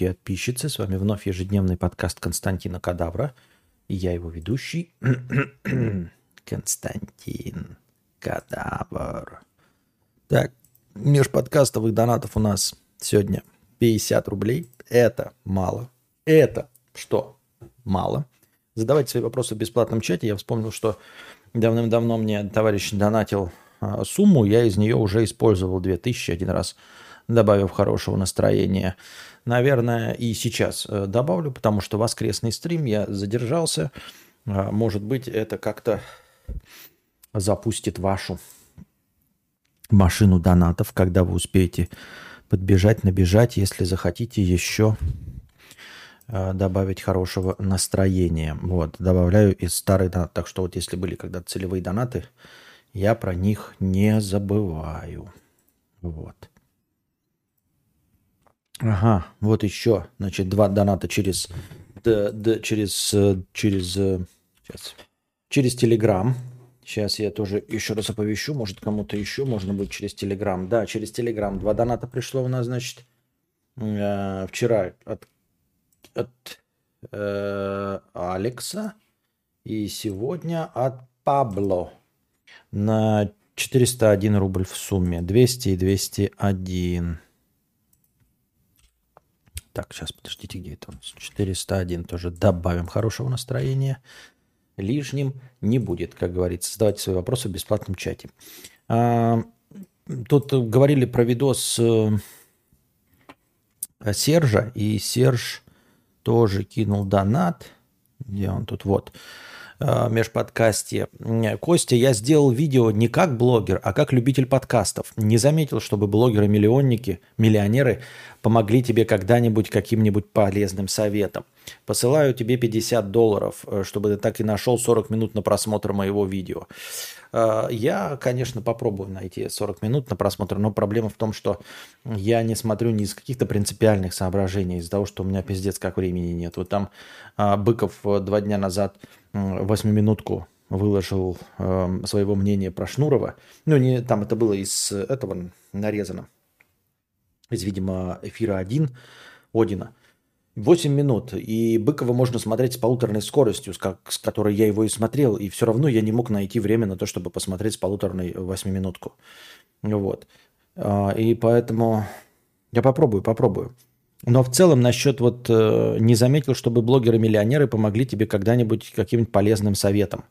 и подписчицы. С вами вновь ежедневный подкаст Константина Кадавра. И я его ведущий Константин Кадавр. Так, межподкастовых донатов у нас сегодня 50 рублей. Это мало. Это что? Мало. Задавайте свои вопросы в бесплатном чате. Я вспомнил, что давным-давно мне товарищ донатил сумму. Я из нее уже использовал 2000 один раз, добавив хорошего настроения. Наверное, и сейчас добавлю, потому что воскресный стрим, я задержался. Может быть, это как-то запустит вашу машину донатов, когда вы успеете подбежать, набежать, если захотите еще добавить хорошего настроения. Вот, добавляю из старых донатов. Так что вот если были когда-то целевые донаты, я про них не забываю. Вот. Ага, вот еще, значит, два доната через Telegram. Сейчас я тоже еще раз оповещу, может кому-то еще можно будет через Telegram. Да, через Telegram два доната пришло у нас, значит, вчера от Алекса и сегодня от Пабло на 401 рубль в сумме. 200 и 201. Так, сейчас, подождите, где это у нас? 401 тоже добавим хорошего настроения. Лишним не будет, как говорится. Задавайте свои вопросы в бесплатном чате. Тут говорили про видос Сержа, и Серж тоже кинул донат. Где он тут? Вот. Межподкасте. Костя, я сделал видео не как блогер, а как любитель подкастов. Не заметил, чтобы блогеры-миллионники, миллионеры помогли тебе когда-нибудь каким-нибудь полезным советом. Посылаю тебе $50, чтобы ты так и нашел 40 минут на просмотр моего видео. Я, конечно, попробую найти 40 минут на просмотр, но проблема в том, что я не смотрю ни из каких-то принципиальных соображений, из-за того, что у меня пиздец как времени нет. Вот там Быков 2 дня назад 8-минутку выложил своего мнения про Шнурова. Ну, не там это было из этого нарезано. Из, видимо, эфира Одина. 8 минут. И Быкова можно смотреть с полуторной скоростью, с которой я его и смотрел. И все равно я не мог найти время на то, чтобы посмотреть с полуторной 8-минутку. Вот. И поэтому я попробую. Но в целом насчет вот не заметил, чтобы блогеры-миллионеры помогли тебе когда-нибудь каким-нибудь полезным советом.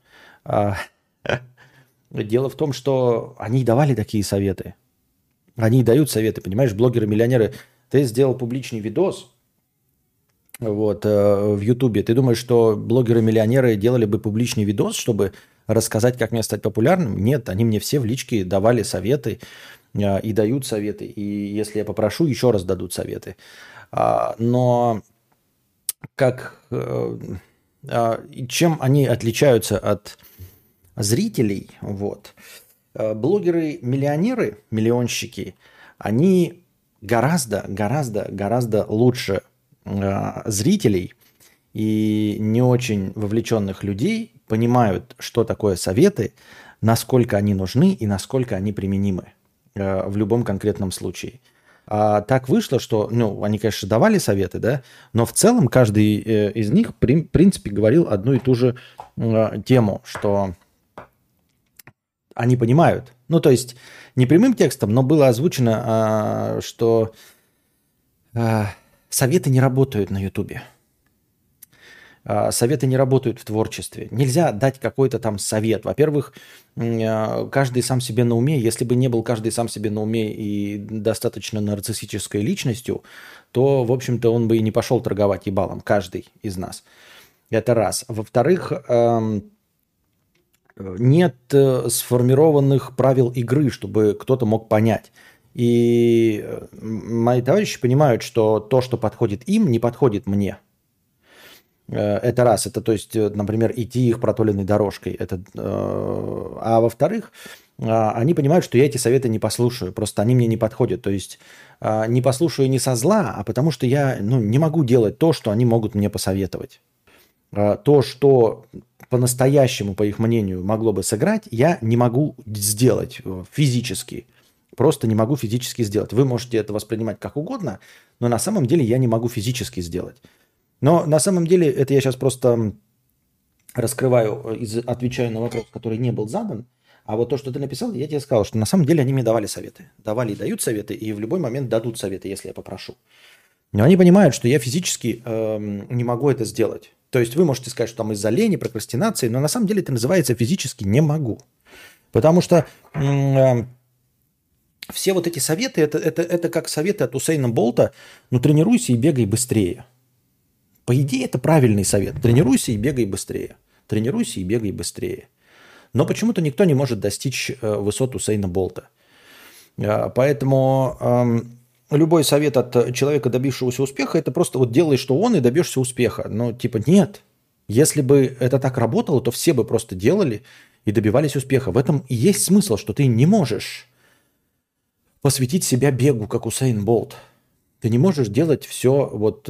Дело в том, что они давали такие советы. Они дают советы, понимаешь, блогеры-миллионеры. Ты сделал публичный видос вот, в Ютубе. Ты думаешь, что блогеры-миллионеры делали бы публичный видос, чтобы рассказать, как мне стать популярным? Нет, они мне все в личке давали советы и дают советы. И если я попрошу, еще раз дадут советы. Но чем они отличаются от зрителей? Вот. Блогеры-миллионеры, миллионщики, они гораздо лучше зрителей и не очень вовлеченных людей понимают, что такое советы, насколько они нужны и насколько они применимы в любом конкретном случае. Так вышло, что, они, конечно, давали советы, да, но в целом каждый из них, в принципе, говорил одну и ту же тему, что они понимают. Ну, то есть, не прямым текстом, но было озвучено, что советы не работают на Ютубе. Советы не работают в творчестве. Нельзя дать какой-то там совет. Во-первых, каждый сам себе на уме. Если бы не был каждый сам себе на уме и достаточно нарциссической личностью, то, в общем-то, он бы и не пошел торговать ебалом. Каждый из нас. Это раз. Во-вторых, нет сформированных правил игры, чтобы кто-то мог понять. И мои товарищи понимают, что то, что подходит им, не подходит мне. Это раз. Это, то есть, например, идти их протоленной дорожкой. А во-вторых, они понимают, что я эти советы не послушаю. Просто они мне не подходят. То есть, не послушаю не со зла, а потому что я не могу делать то, что они могут мне посоветовать. То, что по-настоящему, по их мнению, могло бы сыграть, я не могу сделать физически. Просто не могу физически сделать. Вы можете это воспринимать как угодно, но на самом деле я не могу физически сделать. Но на самом деле это я сейчас просто раскрываю, отвечаю на вопрос, который не был задан. А вот то, что ты написал, я тебе сказал, что на самом деле они мне давали советы. Давали и дают советы, и в любой момент дадут советы, если я попрошу. Но они понимают, что я физически не могу это сделать. То есть вы можете сказать, что там из-за лени, прокрастинации, но на самом деле это называется физически не могу. Потому что все вот эти советы, это как советы от Усейна Болта, ну тренируйся и бегай быстрее. По идее, это правильный совет. Тренируйся и бегай быстрее. Тренируйся и бегай быстрее. Но почему-то никто не может достичь высот Усейна Болта. Поэтому любой совет от человека, добившегося успеха, это просто вот делай, что он, и добьешься успеха. Но типа нет. Если бы это так работало, то все бы просто делали и добивались успеха. В этом и есть смысл, что ты не можешь посвятить себя бегу, как Усейн Болт. Ты не можешь делать все вот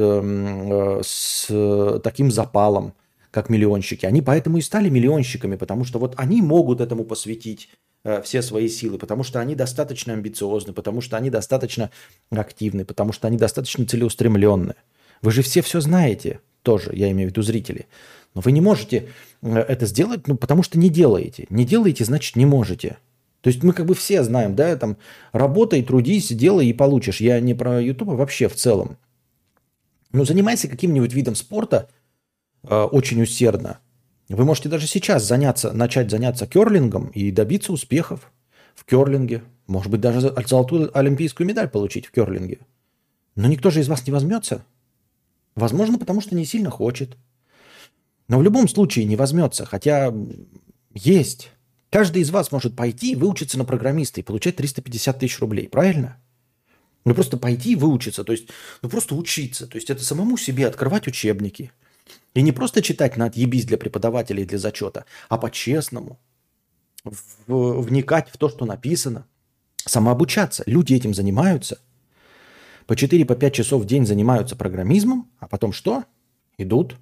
с таким запалом, как миллионщики. Они поэтому и стали миллионщиками, потому что вот они могут этому посвятить все свои силы, потому что они достаточно амбициозны, потому что они достаточно активны, потому что они достаточно целеустремленны. Вы же все знаете тоже, я имею в виду зрители. Но вы не можете это сделать, ну, потому что не делаете. Не делаете, значит, не можете. То есть мы как бы все знаем, да, там, работай, трудись, делай и получишь. Я не про YouTube, а вообще в целом. Ну, занимайся каким-нибудь видом спорта очень усердно. Вы можете даже сейчас начать заняться керлингом и добиться успехов в керлинге. Может быть, даже золотую олимпийскую медаль получить в керлинге. Но никто же из вас не возьмется. Возможно, потому что не сильно хочет. Но в любом случае не возьмется. Хотя есть. Каждый из вас может пойти, выучиться на программиста и получать 350 тысяч рублей. Правильно? Ну просто пойти и выучиться. То есть, ну просто учиться. То есть это самому себе открывать учебники. И не просто читать на отъебись для преподавателей, для зачета, а по-честному вникать в то, что написано. Самообучаться. Люди этим занимаются. По 4-5 часов в день занимаются программизмом, а потом что? Идут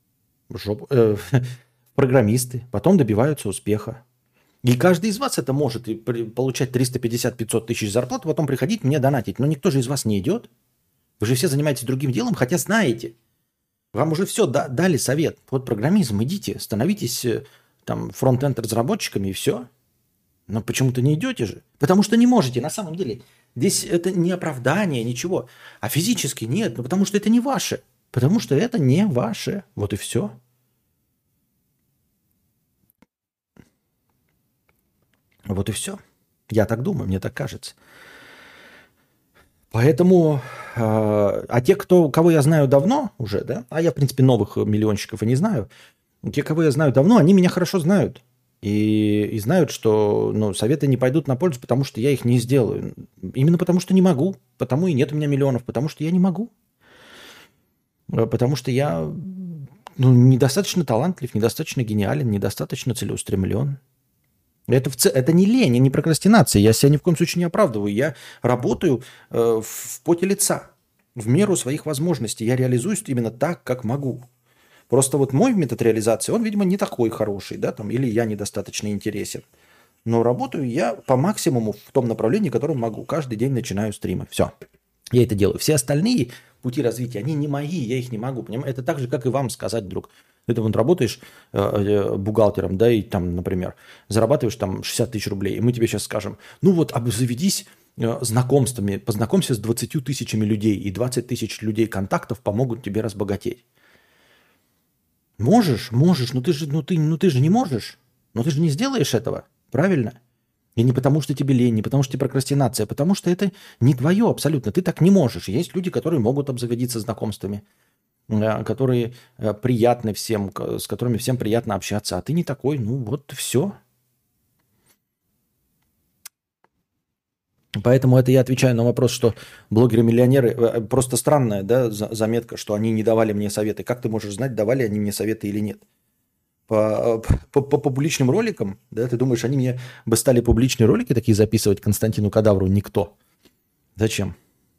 программисты, потом добиваются успеха. И каждый из вас это может и получать 350-500 тысяч зарплат, потом приходить мне донатить. Но никто же из вас не идет. Вы же все занимаетесь другим делом, хотя знаете. Вам уже все дали совет. Вот программизм, идите, становитесь там фронт-энд разработчиками и все. Но почему-то не идете же. Потому что не можете. На самом деле здесь это не оправдание, ничего. А физически нет. Ну потому что это не ваше. Потому что это не ваше. Вот и все. Вот и все. Я так думаю, мне так кажется. Поэтому, а те, кого я знаю давно уже, да, а я, в принципе, новых миллионщиков и не знаю, те, кого я знаю давно, они меня хорошо знают. И знают, что ну, советы не пойдут на пользу, потому что я их не сделаю. Именно потому, что не могу. Потому и нет у меня миллионов, потому что я не могу. Потому что я недостаточно талантлив, недостаточно гениален, недостаточно целеустремлен. Это не лень, не прокрастинация. Я себя ни в коем случае не оправдываю. Я работаю в поте лица, в меру своих возможностей. Я реализуюсь именно так, как могу. Просто вот мой метод реализации, он, видимо, не такой хороший, да, там, или я недостаточно интересен. Но работаю я по максимуму в том направлении, которым могу. Каждый день начинаю стримы. Все. Я это делаю. Все остальные пути развития, они не мои, я их не могу. Понимаете? Это так же, как и вам сказать, друг. Ты вот работаешь бухгалтером, да, и там, например, зарабатываешь там 60 тысяч рублей, и мы тебе сейчас скажем, ну вот обзаведись знакомствами, познакомься с 20 тысячами людей, и 20 тысяч людей контактов помогут тебе разбогатеть. Можешь, но ты же не можешь, но ты же не сделаешь этого, правильно? И не потому, что тебе лень, не потому, что тебе прокрастинация, а потому что это не твое абсолютно, ты так не можешь. Есть люди, которые могут обзаводиться знакомствами, которые приятны всем, с которыми всем приятно общаться, а ты не такой, ну вот все. Поэтому это я отвечаю на вопрос, что блогеры-миллионеры, просто странная, да, заметка, что они не давали мне советы. Как ты можешь знать, давали они мне советы или нет? По публичным роликам, да, ты думаешь, они мне бы стали публичные ролики такие записывать Константину Кадавру? Никто. Зачем?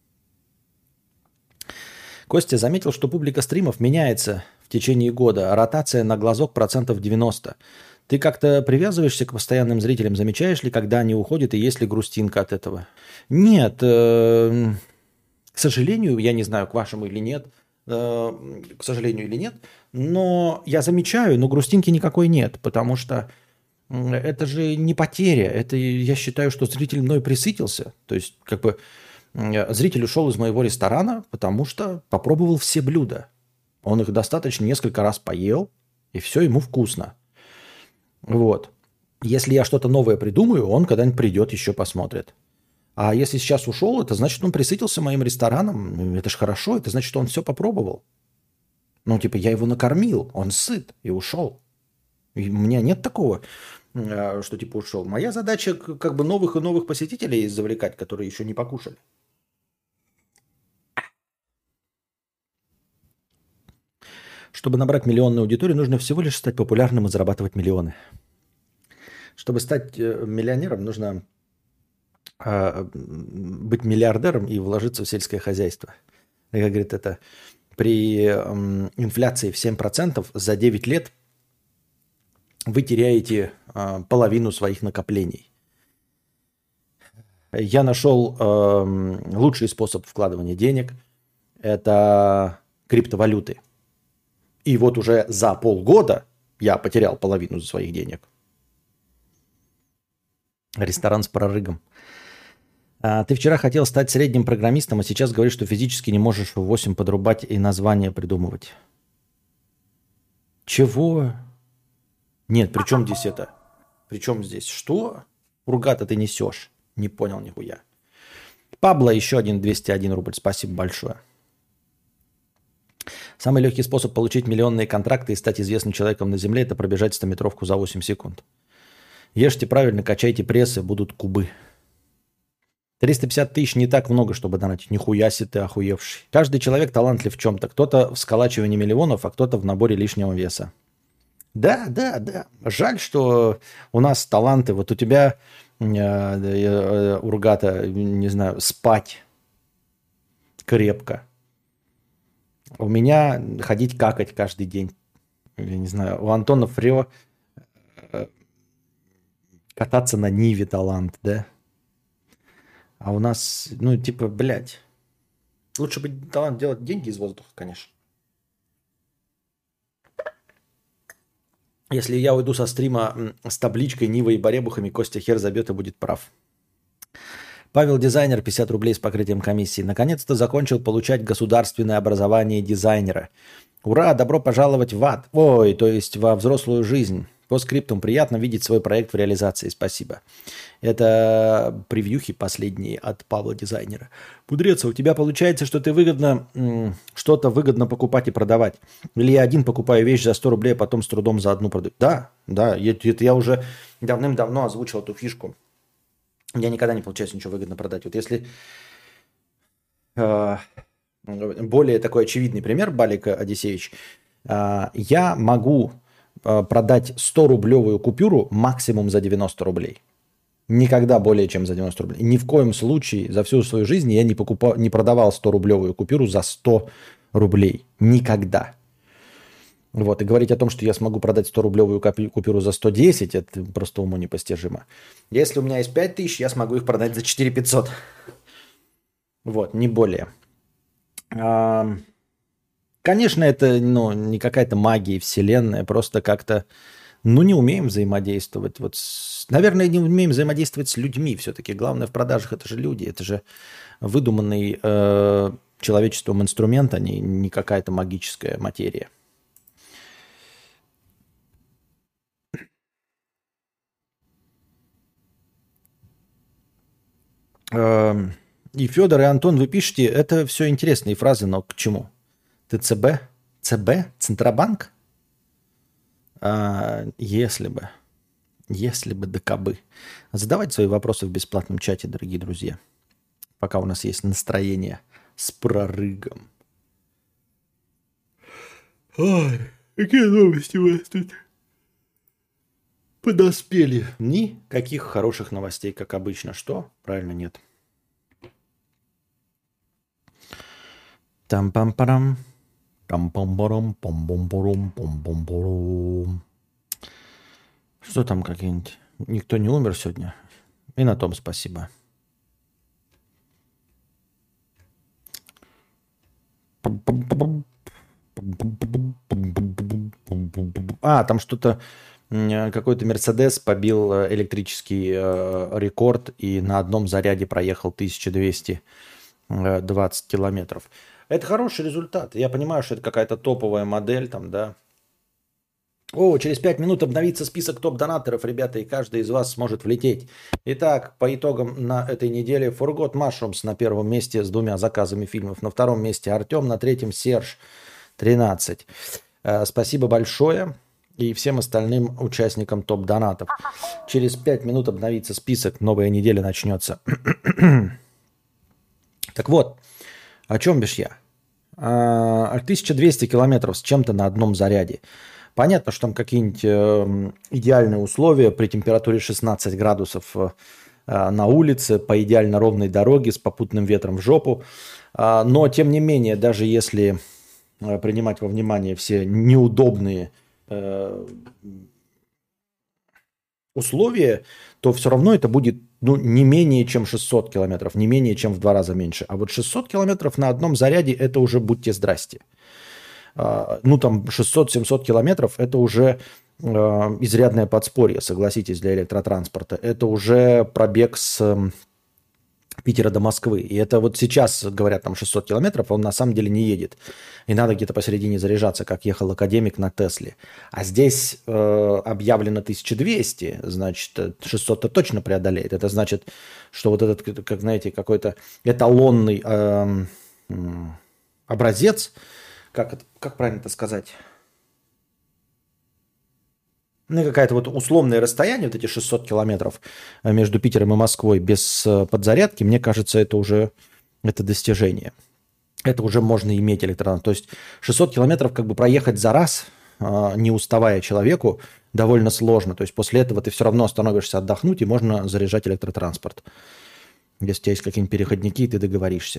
Костя заметил, что публика стримов меняется в течение года, а ротация на глазок 90%. Ты как-то привязываешься к постоянным зрителям? Замечаешь ли, когда они уходят, и есть ли грустинка от этого? Нет, к сожалению, я не знаю, к вашему или нет, к сожалению или нет, но я замечаю, но грустинки никакой нет, потому что это же не потеря, это я считаю, что зритель мной присытился. То есть, как бы зритель ушел из моего ресторана, потому что попробовал все блюда. Он их достаточно несколько раз поел, и все ему вкусно. Вот. Если я что-то новое придумаю, он когда-нибудь придет, еще посмотрит. А если сейчас ушел, это значит, он присытился моим рестораном. Это ж хорошо, это значит, что он все попробовал. Ну, типа, я его накормил, он сыт и ушел. И у меня нет такого, что типа ушел. Моя задача как бы новых и новых посетителей завлекать, которые еще не покушали. Чтобы набрать миллионную аудиторию, нужно всего лишь стать популярным и зарабатывать миллионы. Чтобы стать миллионером, нужно быть миллиардером и вложиться в сельское хозяйство. И, как говорит, это при инфляции в 7% за 9 лет вы теряете половину своих накоплений. Я нашел лучший способ вкладывания денег. Это криптовалюты. И вот уже за полгода я потерял половину своих денег. Ресторан с прорыгом. Ты вчера хотел стать средним программистом, а сейчас говоришь, что физически не можешь в 8 подрубать и название придумывать. Чего? Нет, при чем здесь это? При чем здесь? Что? Ургата ты несешь? Не понял нихуя. Пабло еще один 201 рубль. Спасибо большое. Самый легкий способ получить миллионные контракты и стать известным человеком на земле – это пробежать 100-метровку за 8 секунд. Ешьте правильно, качайте прессы, будут кубы. 350 тысяч не так много, чтобы донатить. Нихуя себе ты охуевший. Каждый человек талантлив в чем-то. Кто-то в сколачивании миллионов, а кто-то в наборе лишнего веса. Да, да, да. Жаль, что у нас таланты. Вот у тебя, Ургата, не знаю, спать крепко. У меня ходить какать каждый день. Я не знаю, у Антона Фрё кататься на Ниве талант, да? А у нас, ну, типа, блядь. Лучше бы талант делать деньги из воздуха, конечно. Если я уйду со стрима с табличкой Нива и Баребухами, Костя хер забьет и будет прав. Павел Дизайнер, 50 рублей с покрытием комиссии. Наконец-то закончил получать государственное образование дизайнера. Ура, добро пожаловать в ад. Ой, то есть во взрослую жизнь. По скриптум приятно видеть свой проект в реализации. Спасибо. Это превьюхи последние от Павла Дизайнера. Пудрец, у тебя получается, что ты выгодно что-то выгодно покупать и продавать. Или я один покупаю вещь за 100 рублей, а потом с трудом за одну продаю. Да, да, это я уже давным-давно озвучил эту фишку. Я никогда не получается ничего выгодно продать. Вот если более такой очевидный пример, Балик Одиссеевич, я могу продать 100-рублевую купюру максимум за 90 рублей. Никогда более чем за 90 рублей. Ни в коем случае за всю свою жизнь я не продавал 100-рублевую купюру за 100 рублей. Никогда. Вот, и говорить о том, что я смогу продать 100-рублевую купюру за 110, это просто уму непостижимо. Если у меня есть 5000, я смогу их продать за 4500. Вот, не более. Конечно, это не какая-то магия вселенная, просто как-то, не умеем взаимодействовать. Вот наверное, не умеем взаимодействовать с людьми все-таки. Главное в продажах это же люди, это же выдуманный человечеством инструмент, а не какая-то магическая материя. И Федор, и Антон, вы пишете, это все интересные фразы, но к чему? ТЦБ? ЦБ? Центробанк? Если бы да кабы. Задавайте свои вопросы в бесплатном чате, дорогие друзья. Пока у нас есть настроение с прорыгом. Ой, какие новости у вас тут? Подоспели. Никаких хороших новостей, как обычно. Что? Правильно, нет. Там-пам-парам. Там-пам-парам. Пам-пам-парам. Пам-пам-парам. Что там какие-нибудь? Никто не умер сегодня? И на том спасибо. Там что-то какой-то Мерседес побил электрический рекорд и на одном заряде проехал 1220 километров. Это хороший результат. Я понимаю, что это какая-то топовая модель там, да. О, через 5 минут обновится список топ-донаторов, ребята, и каждый из вас сможет влететь. Итак, по итогам на этой неделе Forgot Mushrooms на первом месте с 2 заказами фильмов, на втором месте Артем, на третьем Серж 13. Спасибо большое и всем остальным участникам топ-донатов. Через 5 минут обновится список, новая неделя начнется. Так вот, о чем бишь я? 1200 километров с чем-то на одном заряде. Понятно, что там какие-нибудь идеальные условия при температуре 16 градусов на улице, по идеально ровной дороге с попутным ветром в жопу. Но, тем не менее, даже если принимать во внимание все неудобные условия, то все равно это будет не менее чем 600 километров, не менее чем в 2 раза меньше. А вот 600 километров на одном заряде – это уже будьте здрасте. Там 600-700 километров – это уже изрядное подспорье, согласитесь, для электротранспорта. Это уже пробег с Питера до Москвы. И это вот сейчас, говорят, там 600 километров, он на самом деле не едет. И надо где-то посередине заряжаться, как ехал академик на Тесле. А здесь объявлено 1200, значит, 600-то точно преодолеет. Это значит, что вот этот, как знаете, какой-то эталонный образец, как правильно это сказать? Какое-то вот условное расстояние, вот эти 600 километров между Питером и Москвой без подзарядки, мне кажется, это достижение. Это уже можно иметь электротранспорт. То есть 600 километров как бы проехать за раз, не уставая человеку, довольно сложно. То есть после этого ты все равно остановишься отдохнуть, и можно заряжать электротранспорт. Если у тебя есть какие-нибудь переходники, ты договоришься.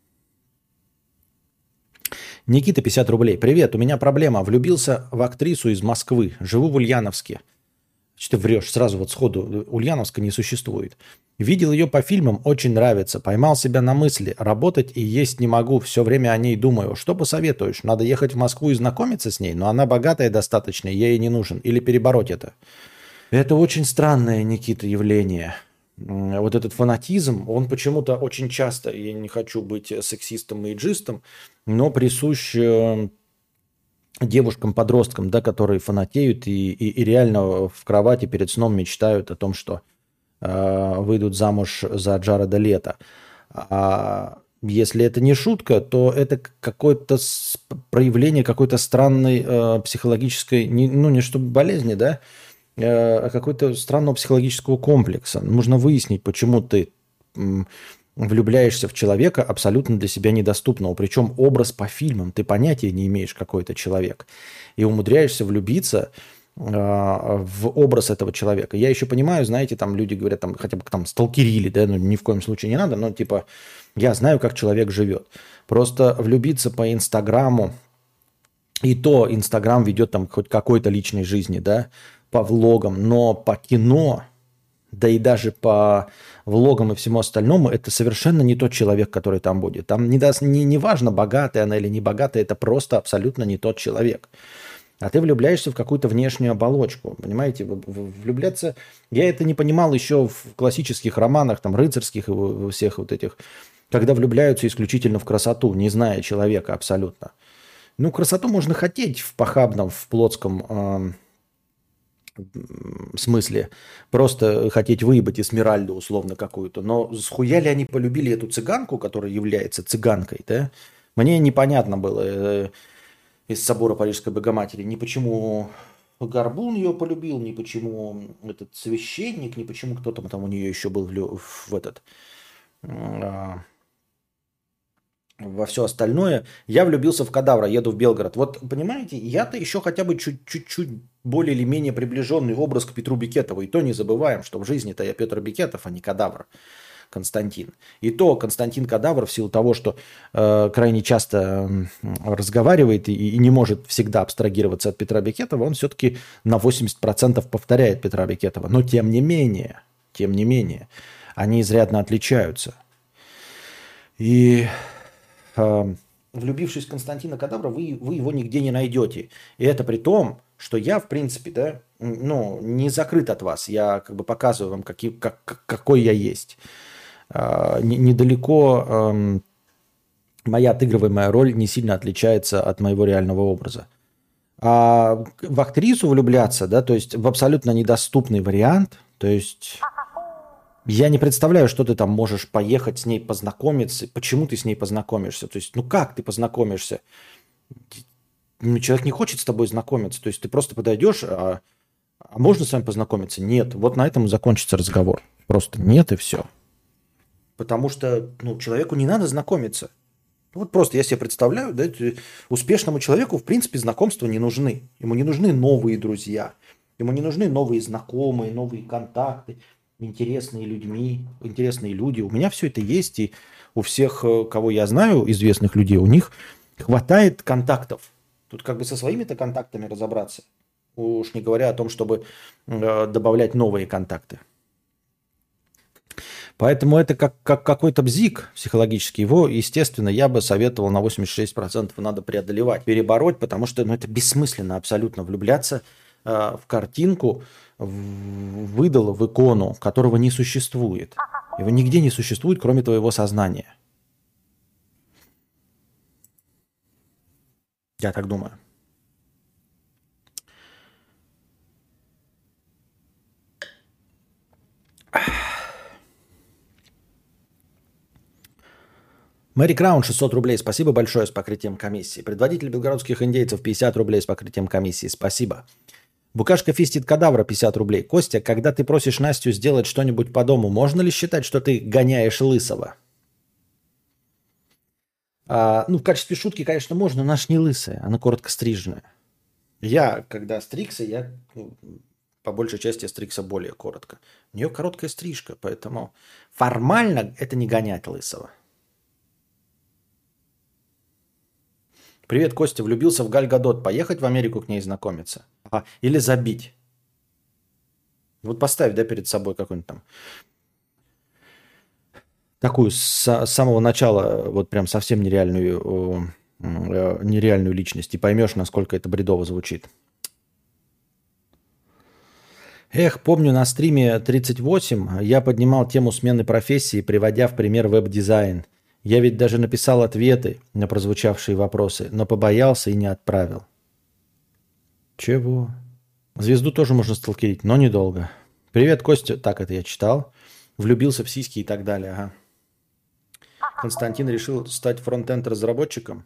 Никита, 50 рублей. Привет, у меня проблема. Влюбился в актрису из Москвы. Живу в Ульяновске. Что ты врешь? Сразу вот сходу. Ульяновска не существует. Видел ее по фильмам, очень нравится. Поймал себя на мысли. Работать и есть не могу. Все время о ней думаю. Что посоветуешь? Надо ехать в Москву и знакомиться с ней? Но она богатая достаточно, ей не нужен. Или перебороть это? Это очень странное, Никита, явление. Вот этот фанатизм, он почему-то очень часто, я не хочу быть сексистом и эйджистом, но присущ девушкам-подросткам, да, которые фанатеют и реально в кровати перед сном мечтают о том, что выйдут замуж за Джареда Лето. А если это не шутка, то это какое-то проявление какой-то странной психологической, не чтобы болезни, да, какой-то странного психологического комплекса. Нужно выяснить, почему ты влюбляешься в человека абсолютно для себя недоступного. Причем образ по фильмам. Ты понятия не имеешь, какой это человек. И умудряешься влюбиться в образ этого человека. Я еще понимаю, знаете, там люди говорят, там хотя бы там сталкерили, да, ни в коем случае не надо, но типа я знаю, как человек живет. Просто влюбиться по Инстаграму, и то Инстаграм ведет там хоть какой-то личной жизни, да, по влогам, но по кино, да и даже по влогам и всему остальному, это совершенно не тот человек, который там будет. Там не важно, богатая она или не богатая, это просто абсолютно не тот человек. А ты влюбляешься в какую-то внешнюю оболочку, понимаете? Влюбляться... Я это не понимал еще в классических романах, там, рыцарских и всех вот этих, когда влюбляются исключительно в красоту, не зная человека абсолютно. Красоту можно хотеть в похабном, в плотском смысле. Просто хотеть выебать Эсмеральду условно какую-то. Но схуя ли они полюбили эту цыганку, которая является цыганкой, да? Мне непонятно было из собора Парижской Богоматери. Ни почему Горбун ее полюбил, ни почему этот священник, ни почему кто-то там у нее еще был во все остальное. Я влюбился в Кадавра, еду в Белгород. Вот, понимаете, я-то еще хотя бы чуть-чуть более или менее приближенный образ к Петру Бекетову. И то не забываем, что в жизни-то я Петр Бекетов, а не Кадавр. Константин. И то Константин Кадавр в силу того, что крайне часто разговаривает и не может всегда абстрагироваться от Петра Бекетова, он все-таки на 80% повторяет Петра Бекетова. Но тем не менее, они изрядно отличаются. И влюбившись в Константина Кадавра, вы его нигде не найдете. И это при том, что я, в принципе, да, ну, не закрыт от вас. Я как бы показываю вам, какой я есть. Недалеко моя отыгрываемая роль не сильно отличается от моего реального образа. А в актрису влюбляться, да, то есть в абсолютно недоступный вариант, то есть я не представляю, что ты там можешь поехать с ней познакомиться, почему ты с ней познакомишься, то есть, ну как ты познакомишься? Ну, человек не хочет с тобой знакомиться, то есть ты просто подойдешь, а можно с вами познакомиться? Нет, вот на этом и закончится разговор. Просто нет и все. Потому что человеку не надо знакомиться. Вот просто я себе представляю, да, успешному человеку, в принципе, знакомства не нужны. Ему не нужны новые друзья, ему не нужны новые знакомые, новые контакты, интересные люди. У меня все это есть, и у всех, кого я знаю, известных людей, у них хватает контактов. Тут как бы со своими-то контактами разобраться. Уж не говоря о том, чтобы добавлять новые контакты. Поэтому это как какой-то бзик психологический. Его, естественно, я бы советовал на 86% надо преодолевать, перебороть, потому что это бессмысленно абсолютно влюбляться в картинку, в идола, в икону, которого не существует. Его нигде не существует, кроме твоего сознания. Я так думаю. Мэри Краун, 600 рублей. Спасибо большое с покрытием комиссии. Предводитель белгородских индейцев, 50 рублей с покрытием комиссии. Спасибо. Букашка фистит кадавра, 50 рублей. Костя, когда ты просишь Настю сделать что-нибудь по дому, можно ли считать, что ты гоняешь лысого? В качестве шутки, конечно, можно, но она ж не лысая, она коротко стриженная. Я, когда стригся, по большей части стригся более коротко. У нее короткая стрижка, поэтому формально это не гонять лысого. Привет, Костя, влюбился в Галь Гадот. Поехать в Америку к ней знакомиться? Или забить? Вот поставь, перед собой какую-нибудь там такую с самого начала, вот прям совсем нереальную личность, и поймешь, насколько это бредово звучит. Эх, помню, на стриме 38 я поднимал тему смены профессии, приводя в пример веб-дизайн. Я ведь даже написал ответы на прозвучавшие вопросы, но побоялся и не отправил. Чего? Звезду тоже можно сталкерить, но недолго. Привет, Костя. Так, это я читал. Влюбился в сиськи и так далее. Ага. Константин решил стать фронт-энд-разработчиком.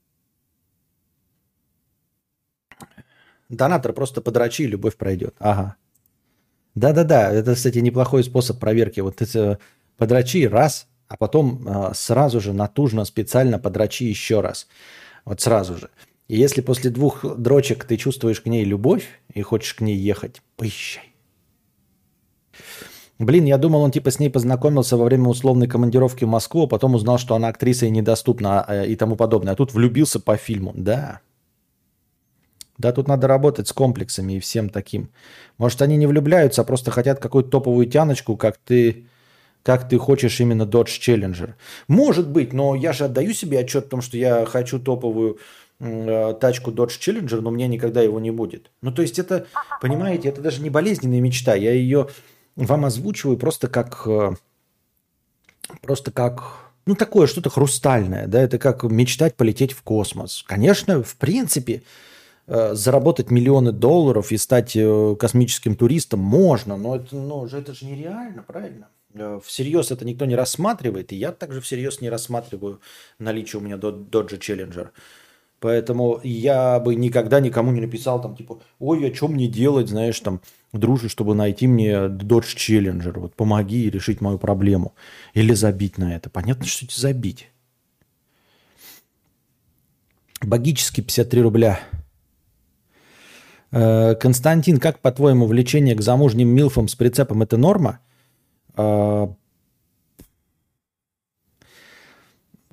Донатор просто подрочи, и любовь пройдет. Ага. Да-да-да, это, кстати, неплохой способ проверки. Вот ты подрочи раз, а потом сразу же натужно, специально подрочи еще раз. Вот сразу же. И если после 2 дрочек ты чувствуешь к ней любовь и хочешь к ней ехать, поезжай. Блин, я думал, он типа с ней познакомился во время условной командировки в Москву, а потом узнал, что она актриса и недоступна и тому подобное. А тут влюбился по фильму. Да. Да, тут надо работать с комплексами и всем таким. Может, они не влюбляются, а просто хотят какую-то топовую тяночку, как ты хочешь именно Dodge Challenger. Может быть, но я же отдаю себе отчет в том, что я хочу топовую тачку Dodge Challenger, но у меня никогда его не будет. То есть это, понимаете, это даже не болезненная мечта. Я ее вам озвучиваю просто как такое что-то хрустальное. Да? Это как мечтать полететь в космос. Конечно, в принципе, заработать миллионы долларов и стать космическим туристом можно, но это же нереально, правильно? Всерьез это никто не рассматривает, и я также всерьез не рассматриваю наличие у меня Dodge Challenger. Поэтому я бы никогда никому не написал там типа, ой, а что мне делать, знаешь, там, дружи, чтобы найти мне Dodge Challenger, вот помоги решить мою проблему. Или забить на это. Понятно, что это забить. Богически 53 рубля. Константин, как по-твоему влечение к замужним милфам с прицепом – это норма?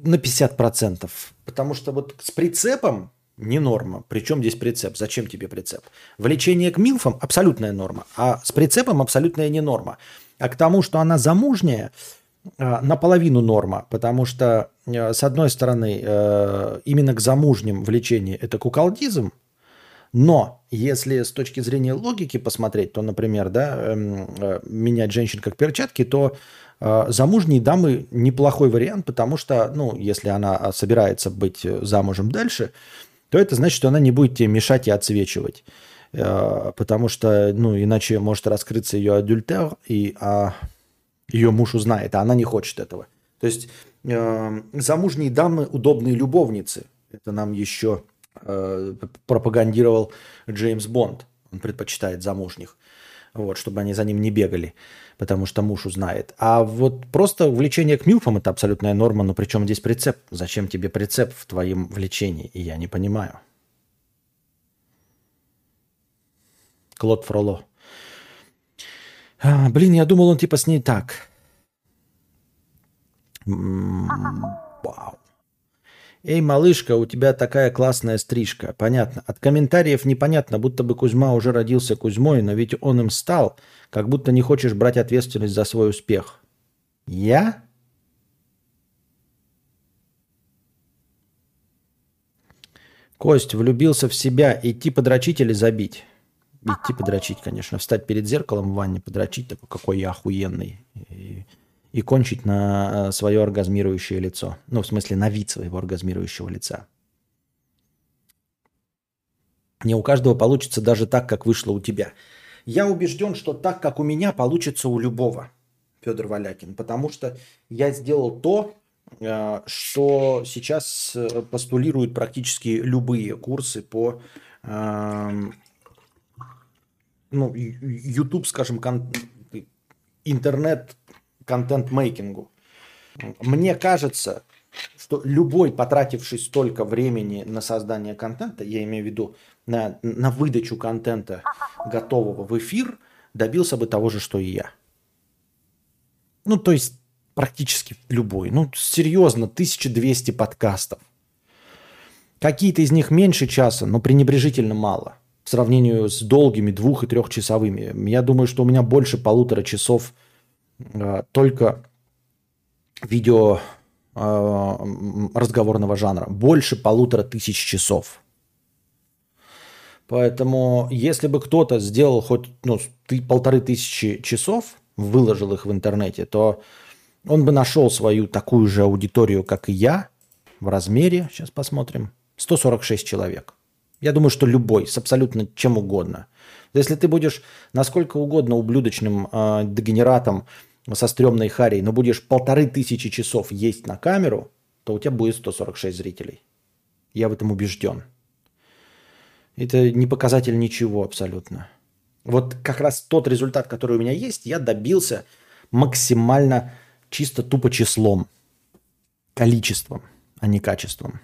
на 50%. Потому что вот с прицепом не норма. Причем здесь прицеп? Зачем тебе прицеп? Влечение к милфам – абсолютная норма. А с прицепом абсолютная не норма. А к тому, что она замужняя, наполовину норма. Потому что, с одной стороны, именно к замужним влечение – это куколдизм. Но если с точки зрения логики посмотреть, то, например, да, менять женщин как перчатки, то замужние дамы неплохой вариант, потому что, ну, если она собирается быть замужем дальше, то это значит, что она не будет тебе мешать и отсвечивать. Потому что, ну, иначе может раскрыться ее адюльтер, и ее муж узнает, а она не хочет этого. То есть замужние дамы удобные любовницы. Это нам еще пропагандировал Джеймс Бонд. Он предпочитает замужних, вот, чтобы они за ним не бегали, потому что муж узнает. А вот просто влечение к милфам – это абсолютная норма. Но причем здесь прицеп? Зачем тебе прицеп в твоем влечении? И я не понимаю. Клод Фроло. Блин, я думал, он типа с ней так. Вау. Эй, малышка, у тебя такая классная стрижка. Понятно. От комментариев непонятно, будто бы Кузьма уже родился Кузьмой, но ведь он им стал, как будто не хочешь брать ответственность за свой успех. Я? Кость, влюбился в себя. Идти подрочить или забить? Идти подрочить, конечно. Встать перед зеркалом в ванне, подрочить, такой, какой я охуенный. И кончить на свое оргазмирующее лицо. Ну, в смысле, на вид своего оргазмирующего лица. Не у каждого получится даже так, как вышло у тебя. Я убежден, что так, как у меня, получится у любого, Федор Валякин. Потому что я сделал то, что сейчас постулируют практически любые курсы по YouTube, скажем, интернет-контент-мейкингу. Мне кажется, что любой, потративший столько времени на создание контента, я имею в виду на выдачу контента готового в эфир, добился бы того же, что и я. Ну, то есть практически любой. Ну, серьезно, 1200 подкастов. Какие-то из них меньше часа, но пренебрежительно мало. В сравнении с долгими 2- и 3-часовыми. Я думаю, что у меня больше 1,5 часов только видео разговорного жанра. Больше 1500 часов. Поэтому, если бы кто-то сделал хоть 1500 часов, выложил их в интернете, то он бы нашел свою такую же аудиторию, как и я, в размере, сейчас посмотрим, 146 человек. Я думаю, что любой, с абсолютно чем угодно. Если ты будешь насколько угодно ублюдочным дегенератом со стрёмной харей, но будешь 1500 часов есть на камеру, то у тебя будет 146 зрителей. Я в этом убежден. Это не показатель ничего абсолютно. Вот как раз тот результат, который у меня есть, я добился максимально чисто тупо числом, количеством, а не качеством.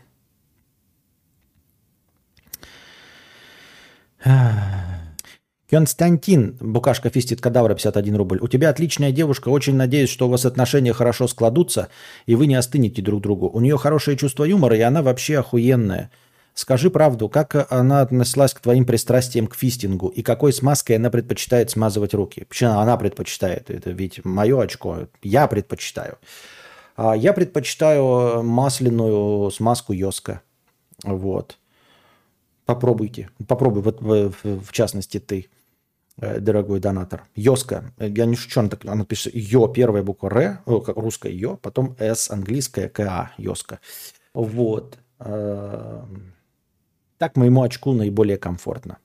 Константин, Букашка Фистит Кадавра, 51 рубль. У тебя отличная девушка. Очень надеюсь, что у вас отношения хорошо складутся, и вы не остынете друг другу. У нее хорошее чувство юмора, и она вообще охуенная. Скажи правду, как она отнеслась к твоим пристрастиям к фистингу, и какой смазкой она предпочитает смазывать руки? Почему она предпочитает? Это ведь мое очко. Я предпочитаю. Я предпочитаю масляную смазку Йоска. Вот. Попробуйте. Попробуй, вот в частности ты, дорогой донатор. Йоска. Я не шучу, она пишет Йо, первая буква Р, русская Йо, потом С, английская КА, Йоска. Вот. Так моему очку наиболее комфортно.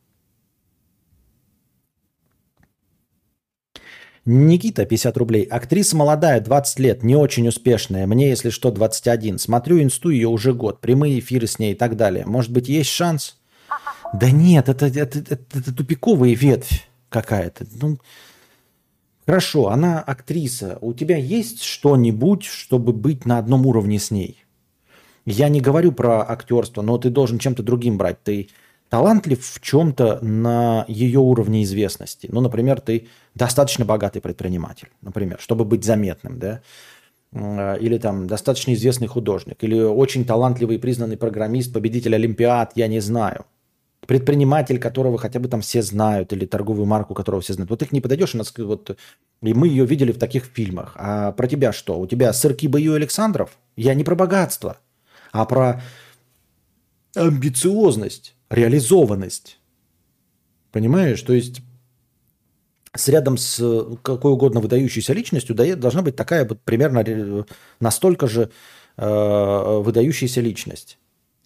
Никита, 50 рублей. Актриса молодая, 20 лет, не очень успешная. Мне, если что, 21. Смотрю инсту ее уже год. Прямые эфиры с ней и так далее. Может быть, есть шанс? Да нет, это тупиковая ветвь какая-то. Ну, хорошо, она актриса. У тебя есть что-нибудь, чтобы быть на одном уровне с ней? Я не говорю про актерство, но ты должен чем-то другим брать. Ты талантлив в чем-то на ее уровне известности. Ну, например, ты достаточно богатый предприниматель, например, чтобы быть заметным, да? или там достаточно известный художник, или очень талантливый признанный программист, победитель Олимпиад, я не знаю. Предприниматель, которого хотя бы там все знают, или торговую марку, которого все знают. Вот их не подойдешь, и мы ее видели в таких фильмах. А про тебя что? У тебя сырки Баю Александров? Я не про богатство, а про амбициозность, реализованность. Понимаешь? То есть рядом с какой угодно выдающейся личностью должна быть такая вот примерно настолько же выдающаяся личность.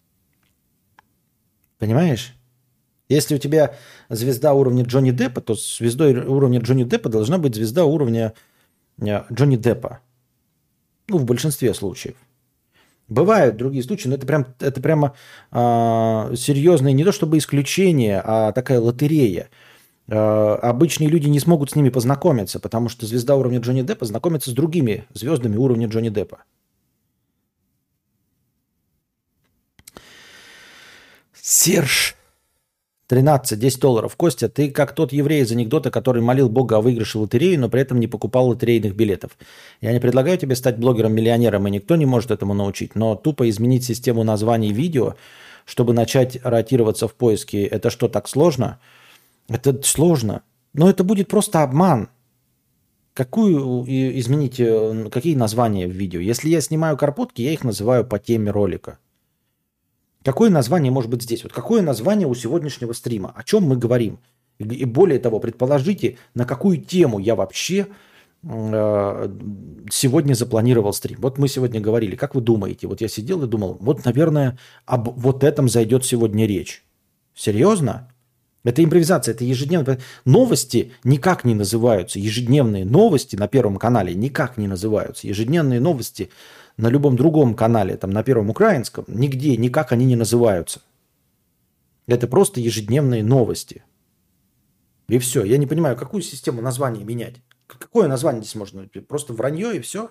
Понимаешь? Если у тебя звезда уровня Джонни Деппа, то звездой уровня Джонни Деппа должна быть звезда уровня Джонни Деппа. Ну, в большинстве случаев. Бывают другие случаи, но это прямо серьезное не то чтобы исключение, а такая лотерея. Обычные люди не смогут с ними познакомиться, потому что звезда уровня Джонни Деппа знакомится с другими звездами уровня Джонни Деппа. Серж. 13, $10. Костя, ты как тот еврей из анекдота, который молил Бога о выигрыше в лотерею, но при этом не покупал лотерейных билетов. Я не предлагаю тебе стать блогером-миллионером, и никто не может этому научить, но тупо изменить систему названий видео, чтобы начать ротироваться в поиске, это что, так сложно? Это сложно. Но это будет просто обман. Какие названия в видео? Если я снимаю карпотки, я их называю по теме ролика. Какое название может быть здесь? Вот какое название у сегодняшнего стрима? О чем мы говорим? И более того, предположите, на какую тему я вообще сегодня запланировал стрим. Вот мы сегодня говорили. Как вы думаете? Вот я сидел и думал, вот, наверное, об вот этом зайдет сегодня речь. Серьезно? Это импровизация, это ежедневно. Новости никак не называются. Ежедневные новости на Первом канале никак не называются. Ежедневные новости на любом другом канале, там на Первом украинском, нигде, никак они не называются. Это просто ежедневные новости. И все. Я не понимаю, какую систему названия менять. Какое название здесь можно? Просто вранье и все?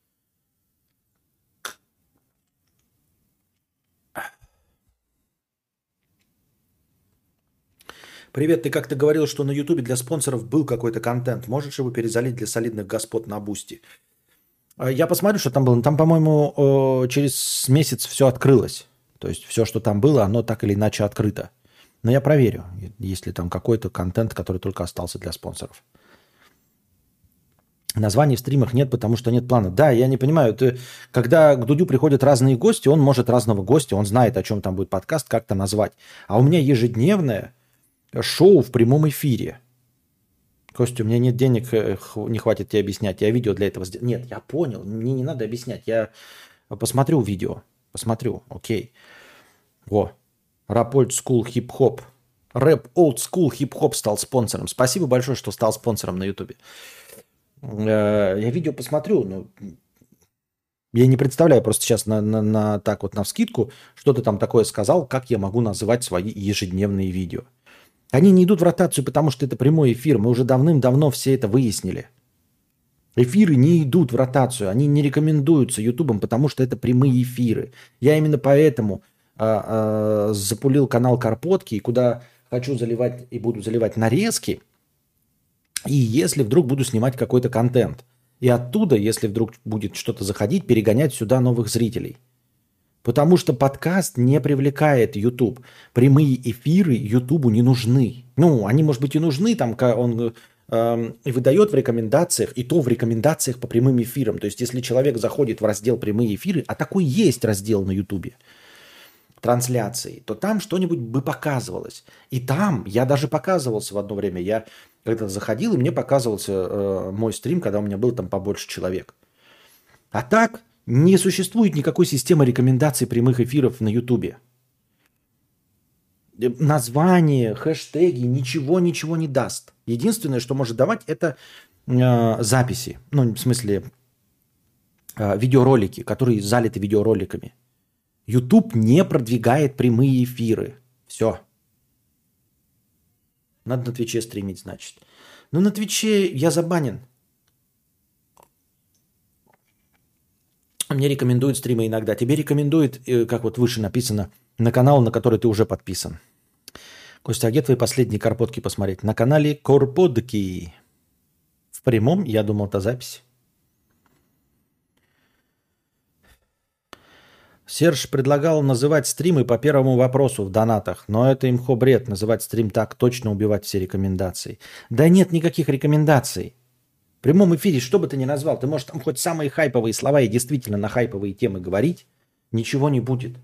Привет, ты как-то говорил, что на Ютубе для спонсоров был какой-то контент. Можешь его перезалить для солидных господ на Бусти? Я посмотрю, что там было. Там, по-моему, через месяц все открылось. То есть все, что там было, оно так или иначе открыто. Но я проверю, есть ли там какой-то контент, который только остался для спонсоров. Названий в стримах нет, потому что нет плана. Да, я не понимаю, когда к Дудю приходят разные гости, он может разного гостя, он знает, о чем там будет подкаст, как-то назвать. А у меня ежедневное шоу в прямом эфире. Костя, у меня нет денег, не хватит тебе объяснять. Я видео для этого сделал. Нет, я понял, мне не надо объяснять. Я посмотрю видео. Посмотрю, окей. Во. Рэп Old School Hip Hop. Рэп Old School Hip Hop стал спонсором. Спасибо большое, что стал спонсором на Ютубе. Я видео посмотрю, но я не представляю просто сейчас так вот навскидку, что ты там такое сказал, как я могу называть свои ежедневные видео. Они не идут в ротацию, потому что это прямой эфир. Мы уже давным-давно все это выяснили. Эфиры не идут в ротацию. Они не рекомендуются Ютубом, потому что это прямые эфиры. Я именно поэтому запулил канал Карпотки, куда хочу заливать и буду заливать нарезки. И если вдруг буду снимать какой-то контент. И оттуда, если вдруг будет что-то заходить, перегонять сюда новых зрителей. Потому что подкаст не привлекает YouTube. Прямые эфиры YouTube'у не нужны. Ну, они, может быть, и нужны, там он выдает в рекомендациях, и то в рекомендациях по прямым эфирам. То есть, если человек заходит в раздел «Прямые эфиры», а такой есть раздел на YouTube, трансляции, то там что-нибудь бы показывалось. И там я даже показывался в одно время. Я когда заходил, и мне показывался мой стрим, когда у меня было там побольше человек. А так не существует никакой системы рекомендаций прямых эфиров на Ютубе. Название, хэштеги, ничего не даст. Единственное, что может давать, это записи. Ну, в смысле, видеоролики, которые залиты видеороликами. YouTube не продвигает прямые эфиры. Все. Надо на Твиче стримить, значит. Но на Твиче я забанен. Мне рекомендуют стримы иногда. Тебе рекомендуют, как вот выше написано, на канал, на который ты уже подписан. Костя, а где твои последние карпотки посмотреть? На канале Карпотки. В прямом, я думал, это запись. Серж предлагал называть стримы по первому вопросу в донатах, но это имхо бред, называть стрим так, точно убивать все рекомендации. Да нет никаких рекомендаций. В прямом эфире, что бы ты ни назвал, ты можешь там хоть самые хайповые слова и действительно на хайповые темы говорить, ничего не будет.